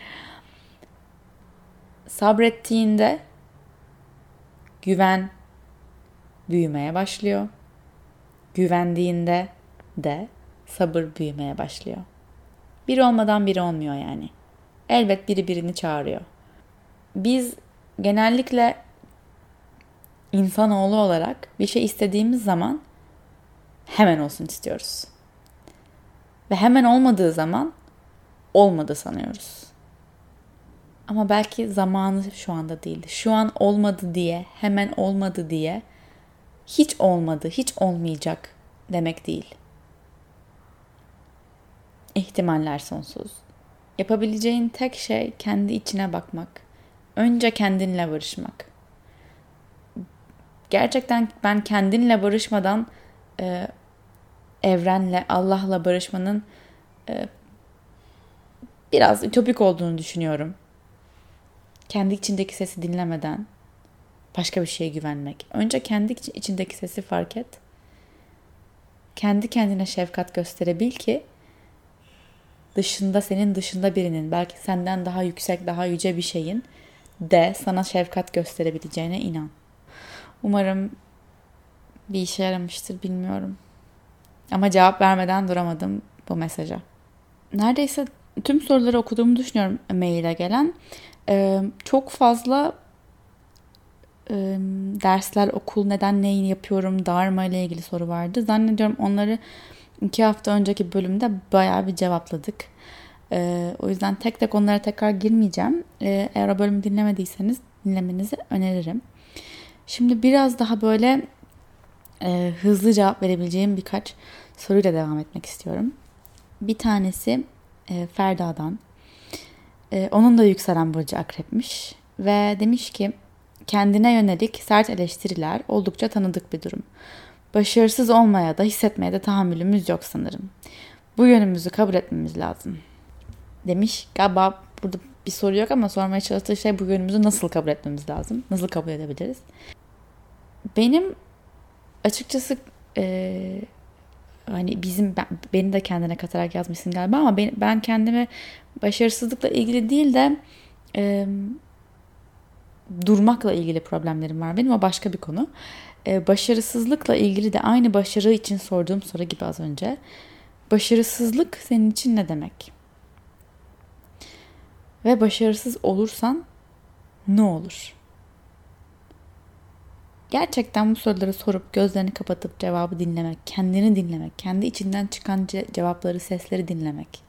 Sabrettiğinde güven büyümeye başlıyor. Güvendiğinde de sabır büyümeye başlıyor. Biri olmadan biri olmuyor yani. Elbet biri birini çağırıyor. Biz genellikle insanoğlu olarak bir şey istediğimiz zaman hemen olsun istiyoruz. Ve hemen olmadığı zaman olmadı sanıyoruz. Ama belki zamanı şu anda değildi. Şu an olmadı diye, hemen olmadı diye hiç olmadı, hiç olmayacak demek değil. İhtimaller sonsuz. Yapabileceğin tek şey kendi içine bakmak. Önce kendinle barışmak. Gerçekten ben kendinle barışmadan e, evrenle, Allah'la barışmanın e, biraz ütopik olduğunu düşünüyorum. Kendi içindeki sesi dinlemeden başka bir şeye güvenmek. Önce kendi içindeki sesi fark et. Kendi kendine şefkat gösterebil ki dışında, senin dışında birinin, belki senden daha yüksek, daha yüce bir şeyin de sana şefkat gösterebileceğine inan. Umarım bir işe yaramıştır, bilmiyorum. Ama cevap vermeden duramadım bu mesaja. Neredeyse tüm soruları okuduğumu düşünüyorum maile gelen. Ee, çok fazla e, dersler, okul, neden neyi yapıyorum, Dharma ile ilgili soru vardı. Zannediyorum onları iki hafta önceki bölümde bayağı bir cevapladık. Ee, o yüzden tek tek onlara tekrar girmeyeceğim. Ee, eğer o bölümü dinlemediyseniz dinlemenizi öneririm. Şimdi biraz daha böyle e, hızlı cevap verebileceğim birkaç soruyla devam etmek istiyorum. Bir tanesi e, Ferda'dan. E, onun da yükselen burcu akrepmiş. Ve demiş ki, kendine yönelik sert eleştiriler oldukça tanıdık bir durum. Başarısız olmaya da hissetmeye de tahammülümüz yok sanırım. Bu yönümüzü kabul etmemiz lazım. Demiş. Galiba burada bir soru yok ama sormaya çalıştığı şey, bu yönümüzü nasıl kabul etmemiz lazım? Nasıl kabul edebiliriz? Benim açıkçası e, hani bizim ben, beni de kendine katarak yazmışsın galiba ama ben, ben kendime başarısızlıkla ilgili değil de e, durmakla ilgili problemlerim var benim. O başka bir konu. E, başarısızlıkla ilgili de aynı başarı için sorduğum soru gibi az önce. Başarısızlık senin için ne demek? Ve başarısız olursan ne olur? Gerçekten bu soruları sorup gözlerini kapatıp cevabı dinlemek, kendini dinlemek, kendi içinden çıkan ce- cevapları, sesleri dinlemek.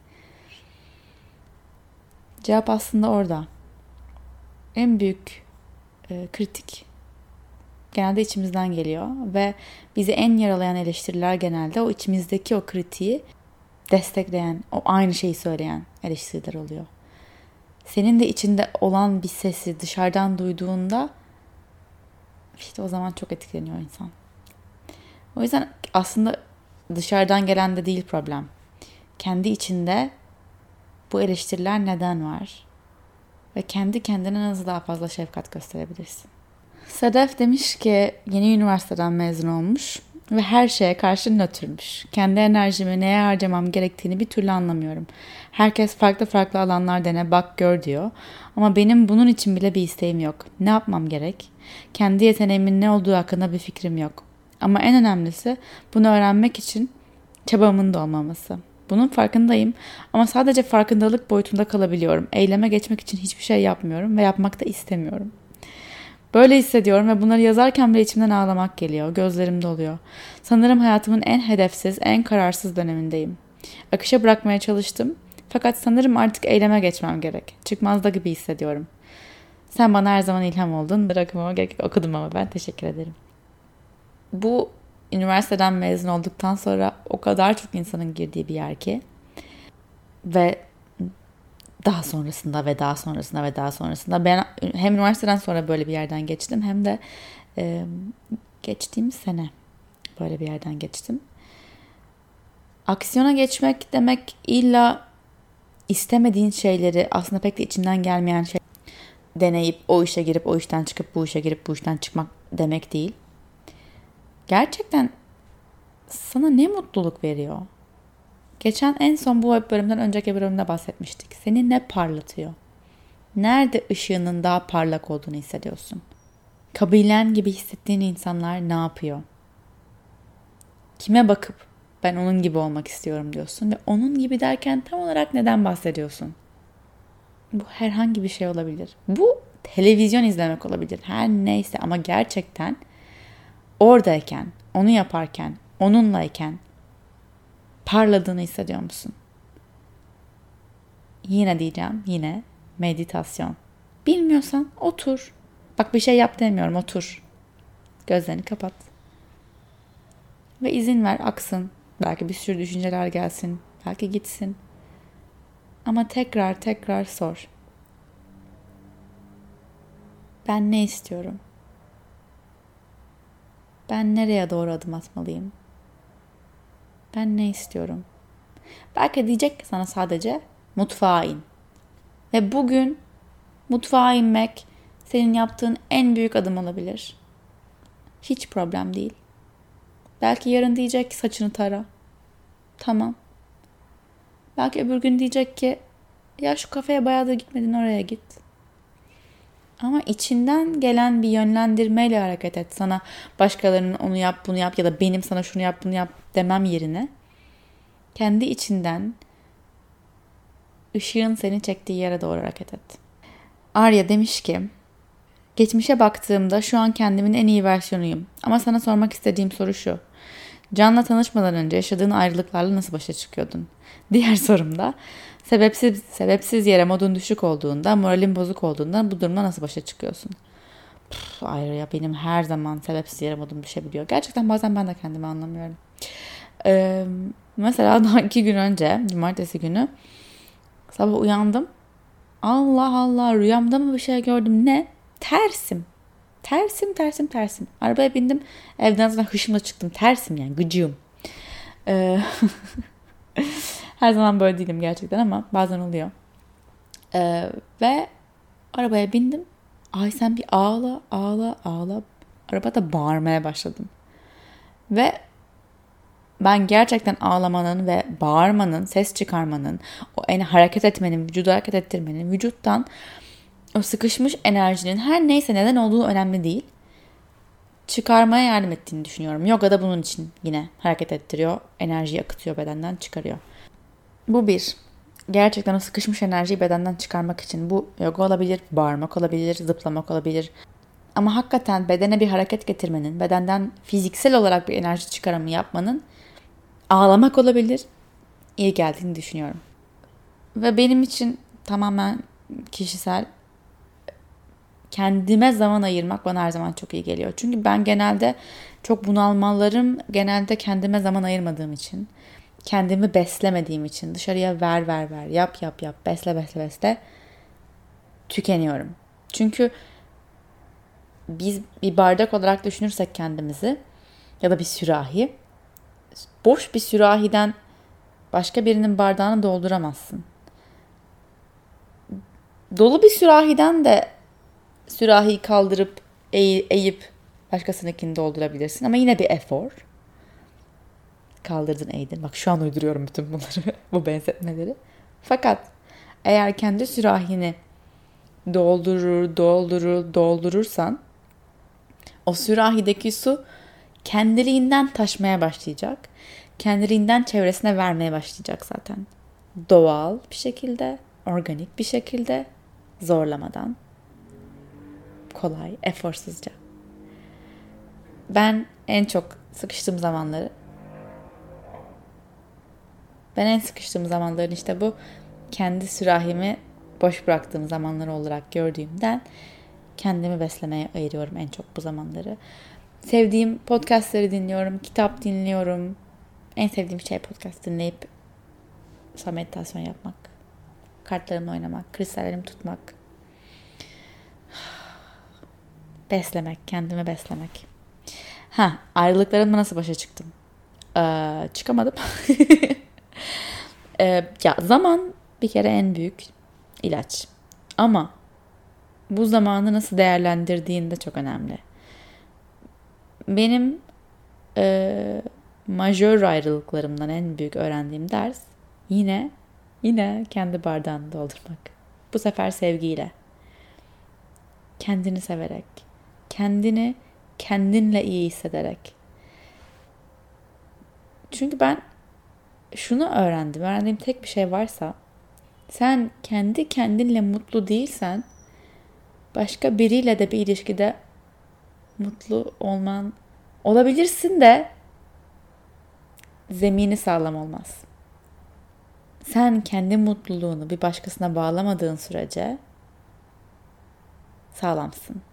Cevap aslında orada. En büyük e, kritik genelde içimizden geliyor ve bizi en yaralayan eleştiriler genelde o içimizdeki o kritiği destekleyen, o aynı şeyi söyleyen eleştiriler oluyor. Senin de içinde olan bir sesi dışarıdan duyduğunda işte o zaman çok etkileniyor insan. O yüzden aslında dışarıdan gelen de değil problem. Kendi içinde bu eleştiriler neden var? ve kendi kendine nasıl daha fazla şefkat gösterebilirsin. Sedef demiş ki yeni üniversiteden mezun olmuş ve her şeye karşı nötrmüş. Kendi enerjimi neye harcamam gerektiğini bir türlü anlamıyorum. Herkes farklı farklı alanlar dene, bak, gör diyor. Ama benim bunun için bile bir isteğim yok. Ne yapmam gerek? Kendi yeteneğimin ne olduğu hakkında bir fikrim yok. Ama en önemlisi bunu öğrenmek için çabamın da olmaması. Bunun farkındayım ama sadece farkındalık boyutunda kalabiliyorum. Eyleme geçmek için hiçbir şey yapmıyorum ve yapmak da istemiyorum. Böyle hissediyorum ve bunları yazarken bile içimden ağlamak geliyor. Gözlerim doluyor. Sanırım hayatımın en hedefsiz, en kararsız dönemindeyim. Akışa bırakmaya çalıştım. Fakat sanırım artık eyleme geçmem gerek. Çıkmazda gibi hissediyorum. Sen bana her zaman ilham oldun. Bırakmama gerek okudum ama ben teşekkür ederim. Bu üniversiteden mezun olduktan sonra o kadar çok insanın girdiği bir yer ki. Ve daha sonrasında ve daha sonrasında ve daha sonrasında ben hem üniversiteden sonra böyle bir yerden geçtim hem de e, geçtiğim sene böyle bir yerden geçtim. Aksiyona geçmek demek illa istemediğin şeyleri aslında pek de içinden gelmeyen şey deneyip o işe girip o işten çıkıp bu işe girip bu işten çıkmak demek değil. Gerçekten sana ne mutluluk veriyor? Geçen en son bu bölümden önceki bölümde bahsetmiştik. Seni ne parlatıyor? Nerede ışığının daha parlak olduğunu hissediyorsun? Kabilen gibi hissettiğin insanlar ne yapıyor? Kime bakıp ben onun gibi olmak istiyorum diyorsun ve onun gibi derken tam olarak neden bahsediyorsun? Bu herhangi bir şey olabilir. Bu televizyon izlemek olabilir. Her neyse ama gerçekten oradayken, onu yaparken, onunlayken parladığını hissediyor musun? Yine diyeceğim, yine meditasyon. Bilmiyorsan otur. Bak bir şey yap demiyorum, otur. Gözlerini kapat. Ve izin ver aksın. Belki bir sürü düşünceler gelsin. Belki gitsin. Ama tekrar tekrar sor. Ben ne istiyorum? Ben nereye doğru adım atmalıyım? Ben ne istiyorum? Belki diyecek ki sana sadece mutfağa in. Ve bugün mutfağa inmek senin yaptığın en büyük adım olabilir. Hiç problem değil. Belki yarın diyecek ki saçını tara. Tamam. Belki öbür gün diyecek ki ya şu kafeye bayağıdır gitmedin, oraya git. Ama içinden gelen bir yönlendirmeyle hareket et. Sana başkalarının onu yap bunu yap ya da benim sana şunu yap bunu yap demem yerine kendi içinden ışığın seni çektiği yere doğru hareket et. Arya demiş ki geçmişe baktığımda şu an kendimin en iyi versiyonuyum. Ama sana sormak istediğim soru şu. Can'la tanışmadan önce yaşadığın ayrılıklarla nasıl başa çıkıyordun? Diğer sorum da sebepsiz, sebepsiz yere modun düşük olduğunda, moralin bozuk olduğunda bu durumda nasıl başa çıkıyorsun? Pff, ayrı ya benim her zaman sebepsiz yere modum düşebiliyor. Gerçekten bazen ben de kendimi anlamıyorum. Ee, mesela daha iki gün önce, cumartesi günü sabah uyandım. Allah Allah rüyamda mı bir şey gördüm? Ne? Tersim. Tersim, tersim, tersim. Arabaya bindim. Evden zaten hışımla çıktım. Tersim yani. Gıcığım. Ee, her zaman böyle değilim gerçekten ama bazen oluyor. Ee, ve arabaya bindim. Ay sen bir ağla, ağla, ağla. Arabada bağırmaya başladım. Ve ben gerçekten ağlamanın ve bağırmanın, ses çıkarmanın, o en hareket etmenin, vücudu hareket ettirmenin, vücuttan o sıkışmış enerjinin her neyse neden olduğu önemli değil. Çıkarmaya yardım ettiğini düşünüyorum. Yoga da bunun için yine hareket ettiriyor. Enerjiyi akıtıyor, bedenden çıkarıyor. Bu bir. Gerçekten o sıkışmış enerjiyi bedenden çıkarmak için. Bu yoga olabilir, bağırmak olabilir, zıplamak olabilir. Ama hakikaten bedene bir hareket getirmenin, bedenden fiziksel olarak bir enerji çıkarımı yapmanın ağlamak olabilir, iyi geldiğini düşünüyorum. Ve benim için tamamen kişisel kendime zaman ayırmak bana her zaman çok iyi geliyor. Çünkü ben genelde çok bunalmalarım genelde kendime zaman ayırmadığım için, kendimi beslemediğim için, dışarıya ver ver ver, yap yap yap, besle besle besle tükeniyorum. Çünkü biz bir bardak olarak düşünürsek kendimizi ya da bir sürahi, boş bir sürahiden başka birinin bardağını dolduramazsın. Dolu bir sürahiden de sürahiyi kaldırıp eğ- eğip başkasınınkini doldurabilirsin. Ama yine bir efor. Kaldırdın, eğdin. Bak şu an uyduruyorum bütün bunları. Bu benzetmeleri. Fakat eğer kendi sürahini doldurur, doldurur, doldurursan o sürahideki su kendiliğinden taşmaya başlayacak. Kendiliğinden çevresine vermeye başlayacak zaten. Doğal bir şekilde, organik bir şekilde, zorlamadan. Kolay, eforsuzca. Ben en çok sıkıştığım zamanları Ben en sıkıştığım zamanların işte bu kendi sürahimi boş bıraktığım zamanlar olarak gördüğümden kendimi beslemeye ayırıyorum en çok bu zamanları. Sevdiğim podcastları dinliyorum, kitap dinliyorum. En sevdiğim şey podcast dinleyip meditasyon yapmak, kartlarımla oynamak, kristallerimi tutmak, beslemek, kendimi beslemek. Ha, ayrılıklarımla nasıl başa çıktım? Ee, çıkamadım. ee, ya zaman bir kere en büyük ilaç. Ama bu zamanı nasıl değerlendirdiğin de çok önemli. Benim e, majör ayrılıklarımdan en büyük öğrendiğim ders yine yine kendi bardağını doldurmak. Bu sefer sevgiyle. Kendini severek. Kendini kendinle iyi hissederek. Çünkü ben şunu öğrendim. Öğrendiğim tek bir şey varsa sen kendi kendinle mutlu değilsen başka biriyle de bir ilişkide mutlu olman olabilirsin de zemini sağlam olmaz. Sen kendi mutluluğunu bir başkasına bağlamadığın sürece sağlamsın.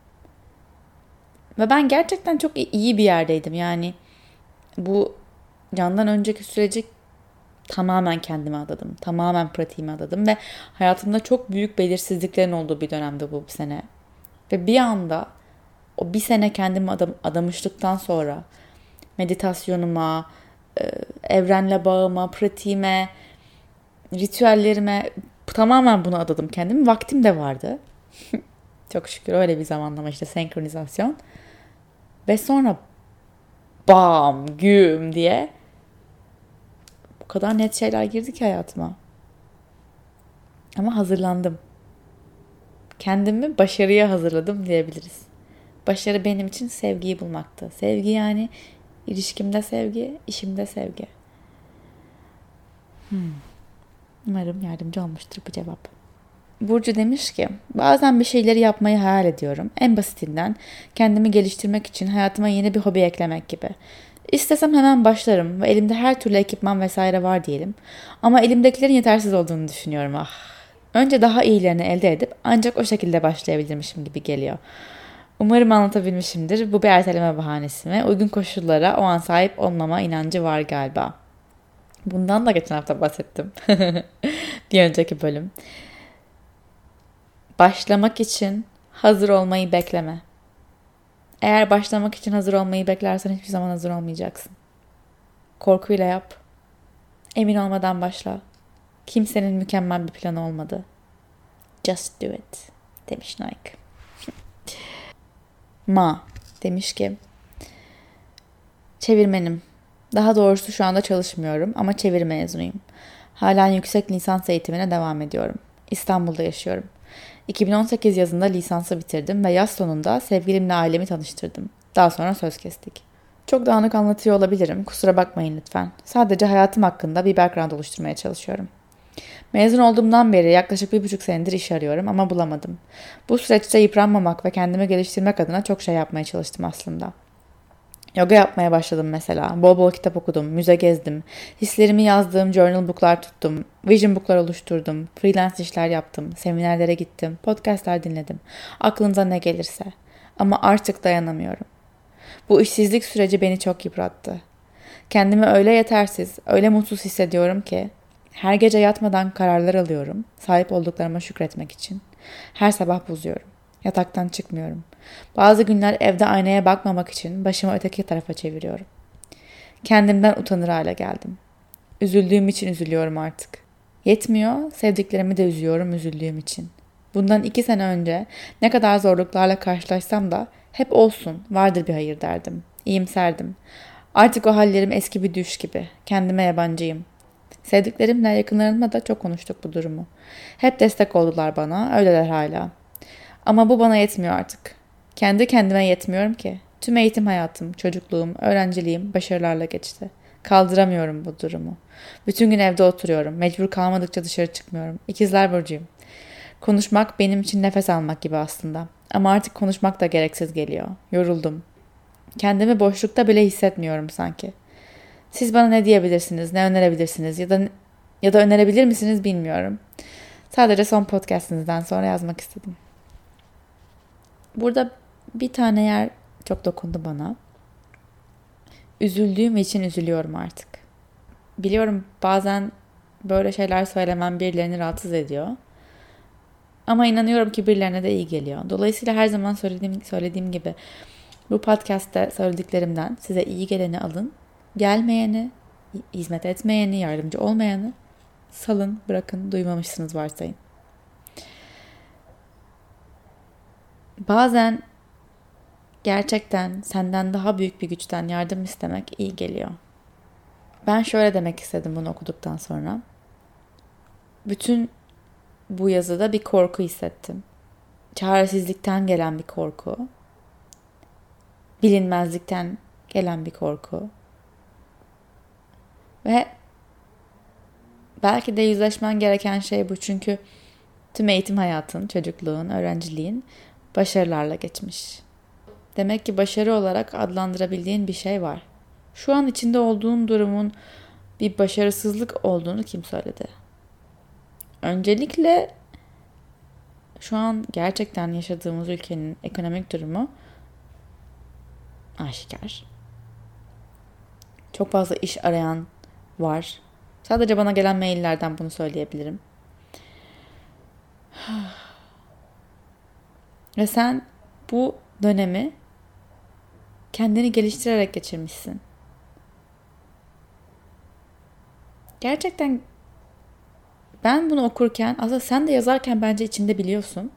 Ve ben gerçekten çok iyi bir yerdeydim. Yani bu candan önceki süreci tamamen kendime adadım. Tamamen pratiğime adadım ve hayatımda çok büyük belirsizliklerin olduğu bir dönemde bu sene. Ve bir anda o bir sene kendimi adam, adamışlıktan sonra meditasyonuma, evrenle bağıma, pratiğime, ritüellerime tamamen buna adadım kendimi. Vaktim de vardı. Çok şükür öyle bir zamanlama işte senkronizasyon. Ve sonra bam güm diye bu kadar net şeyler girdi ki hayatıma. Ama hazırlandım. Kendimi başarıya hazırladım diyebiliriz. Başarı benim için sevgiyi bulmaktı. Sevgi yani ilişkimde sevgi, işimde sevgi. Hmm. Umarım yardımcı olmuştur bu cevap. Burcu demiş ki, bazen bir şeyleri yapmayı hayal ediyorum. En basitinden kendimi geliştirmek için hayatıma yeni bir hobi eklemek gibi. İstesem hemen başlarım ve elimde her türlü ekipman vesaire var diyelim. Ama elimdekilerin yetersiz olduğunu düşünüyorum. Ah. Önce daha iyilerini elde edip ancak o şekilde başlayabilirmişim gibi geliyor. Umarım anlatabilmişimdir. Bu bir erteleme bahanesi mi? Uygun koşullara o an sahip olmama inancı var galiba. Bundan da geçen hafta bahsettim. Bir önceki bölüm. Başlamak için hazır olmayı bekleme. Eğer başlamak için hazır olmayı beklersen hiçbir zaman hazır olmayacaksın. Korkuyla yap. Emin olmadan başla. Kimsenin mükemmel bir planı olmadı. Just do it demiş Nike. Ma demiş ki çevirmenim. Daha doğrusu şu anda çalışmıyorum ama çeviri mezunuyum. Halen yüksek lisans eğitimine devam ediyorum. İstanbul'da yaşıyorum. iki bin on sekiz yazında lisansı bitirdim ve yaz sonunda sevgilimle ailemi tanıştırdım. Daha sonra söz kestik. Çok dağınık anlatıyor olabilirim. Kusura bakmayın lütfen. Sadece hayatım hakkında bir background oluşturmaya çalışıyorum. Mezun olduğumdan beri yaklaşık bir buçuk senedir iş arıyorum ama bulamadım. Bu süreçte yıpranmamak ve kendimi geliştirmek adına çok şey yapmaya çalıştım aslında. Yoga yapmaya başladım mesela. Bol bol kitap okudum, müze gezdim. Hislerimi yazdığım journal book'lar tuttum. Vision book'lar oluşturdum. Freelance işler yaptım. Seminerlere gittim. Podcast'lar dinledim. Aklınıza ne gelirse. Ama artık dayanamıyorum. Bu işsizlik süreci beni çok yıprattı. Kendimi öyle yetersiz, öyle mutsuz hissediyorum ki her gece yatmadan kararlar alıyorum. Sahip olduklarıma şükretmek için. Her sabah bozuyorum. Yataktan çıkmıyorum. Bazı günler evde aynaya bakmamak için başımı öteki tarafa çeviriyorum. Kendimden utanır hale geldim. Üzüldüğüm için üzülüyorum artık. Yetmiyor, sevdiklerimi de üzüyorum üzüldüğüm için. Bundan iki sene önce ne kadar zorluklarla karşılaşsam da hep olsun, vardır bir hayır derdim. İyimserdim. Artık o hallerim eski bir düş gibi. Kendime yabancıyım. Sevdiklerimle, yakınlarımla da çok konuştuk bu durumu. Hep destek oldular bana, öyleler hala. Ama bu bana yetmiyor artık. Kendi kendime yetmiyorum ki. Tüm eğitim hayatım, çocukluğum, öğrenciliğim başarılarla geçti. Kaldıramıyorum bu durumu. Bütün gün evde oturuyorum. Mecbur kalmadıkça dışarı çıkmıyorum. İkizler burcuyum. Konuşmak benim için nefes almak gibi aslında. Ama artık konuşmak da gereksiz geliyor. Yoruldum. Kendimi boşlukta bile hissetmiyorum sanki. Siz bana ne diyebilirsiniz, ne önerebilirsiniz ya da ya da önerebilir misiniz bilmiyorum. Sadece son podcast'ınızdan sonra yazmak istedim. Burada bir tane yer çok dokundu bana. Üzüldüğüm için üzülüyorum artık. Biliyorum bazen böyle şeyler söylemem birilerini rahatsız ediyor. Ama inanıyorum ki birilerine de iyi geliyor. Dolayısıyla her zaman söylediğim, söylediğim gibi bu podcast'te söylediklerimden size iyi geleni alın. Gelmeyeni, hizmet etmeyeni, yardımcı olmayanı salın, bırakın, duymamışsınız varsayın. Bazen gerçekten senden daha büyük bir güçten yardım istemek iyi geliyor. Ben şöyle demek istedim bunu okuduktan sonra. Bütün bu yazıda bir korku hissettim. Çaresizlikten gelen bir korku. Bilinmezlikten gelen bir korku. Ve belki de yüzleşmen gereken şey bu. Çünkü tüm eğitim hayatın, çocukluğun, öğrenciliğin başarılarla geçmiş. Demek ki başarı olarak adlandırabildiğin bir şey var. Şu an içinde olduğun durumun bir başarısızlık olduğunu kim söyledi? Öncelikle şu an gerçekten yaşadığımız ülkenin ekonomik durumu aşikar. Çok fazla iş arayan var. Sadece bana gelen maillerden bunu söyleyebilirim. Ve sen bu dönemi kendini geliştirerek geçirmişsin. Gerçekten ben bunu okurken, aslında sen de yazarken bence içinde biliyorsun.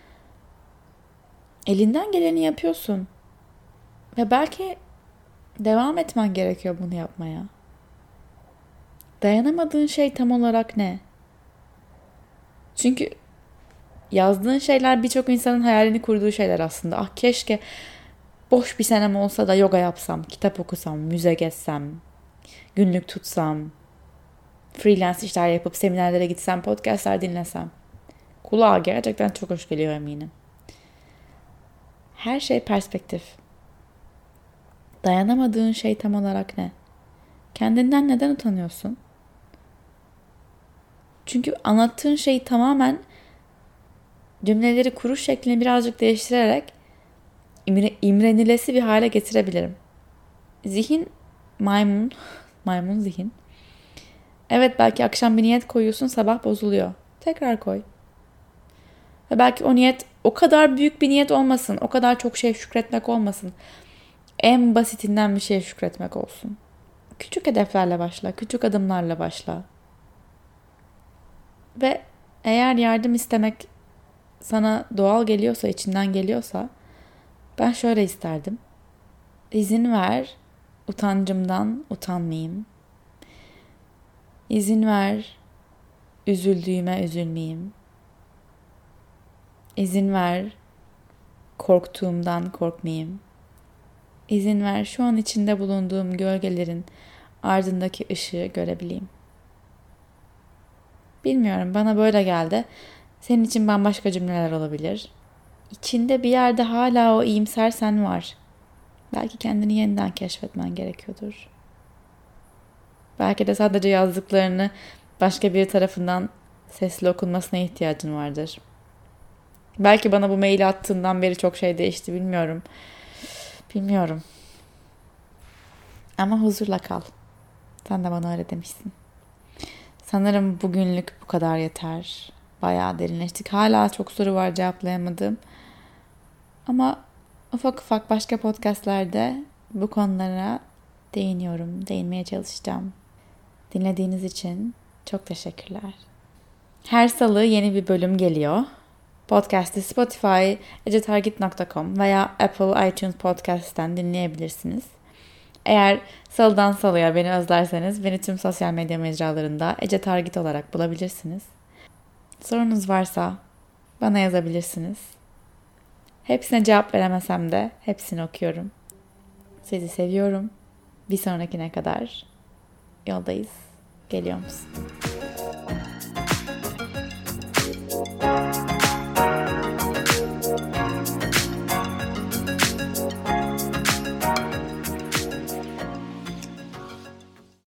Elinden geleni yapıyorsun. Ve belki devam etmen gerekiyor bunu yapmaya. Dayanamadığın şey tam olarak ne? Çünkü yazdığın şeyler birçok insanın hayalini kurduğu şeyler aslında. Ah keşke boş bir senem olsa da yoga yapsam, kitap okusam, müze gezsem, günlük tutsam, freelance işler yapıp seminerlere gitsem, podcastlar dinlesem. Kulağa gerçekten çok hoş geliyor eminim. Her şey perspektif. Dayanamadığın şey tam olarak ne? Kendinden neden utanıyorsun? Çünkü anlattığın şeyi tamamen cümleleri kuruş şeklini birazcık değiştirerek imre, imrenilesi bir hale getirebilirim. Zihin maymun, maymun zihin. Evet belki akşam bir niyet koyuyorsun, sabah bozuluyor. Tekrar koy. Ve belki o niyet o kadar büyük bir niyet olmasın, o kadar çok şey şükretmek olmasın. En basitinden bir şeye şükretmek olsun. Küçük hedeflerle başla, küçük adımlarla başla. Ve eğer yardım istemek sana doğal geliyorsa, içinden geliyorsa ben şöyle isterdim. İzin ver, utancımdan utanmayayım. İzin ver, üzüldüğüme üzülmeyeyim. İzin ver, korktuğumdan korkmayayım. İzin ver, şu an içinde bulunduğum gölgelerin ardındaki ışığı görebileyim. Bilmiyorum, bana böyle geldi. Senin için bambaşka cümleler olabilir. İçinde bir yerde hala o iyimser sen var. Belki kendini yeniden keşfetmen gerekiyordur. Belki de sadece yazdıklarını başka bir tarafından sesli okunmasına ihtiyacın vardır. Belki bana bu maili attığından beri çok şey değişti, bilmiyorum. Bilmiyorum. Ama huzurla kal. Sen de bana öyle demişsin. Sanırım bugünlük bu kadar yeter. Bayağı derinleştik. Hala çok soru var cevaplayamadım. Ama ufak ufak başka podcastlerde bu konulara değiniyorum. Değinmeye çalışacağım. Dinlediğiniz için çok teşekkürler. Her salı yeni bir bölüm geliyor. Podcast'i Spotify, ecetargit nokta com veya Apple iTunes Podcast'ten dinleyebilirsiniz. Eğer Salıdan Salıya beni özlerseniz beni tüm sosyal medya mecralarında Ece Targit olarak bulabilirsiniz. Sorunuz varsa bana yazabilirsiniz. Hepsine cevap veremesem de hepsini okuyorum. Sizi seviyorum. Bir sonrakine kadar yoldayız. Geliyor musun?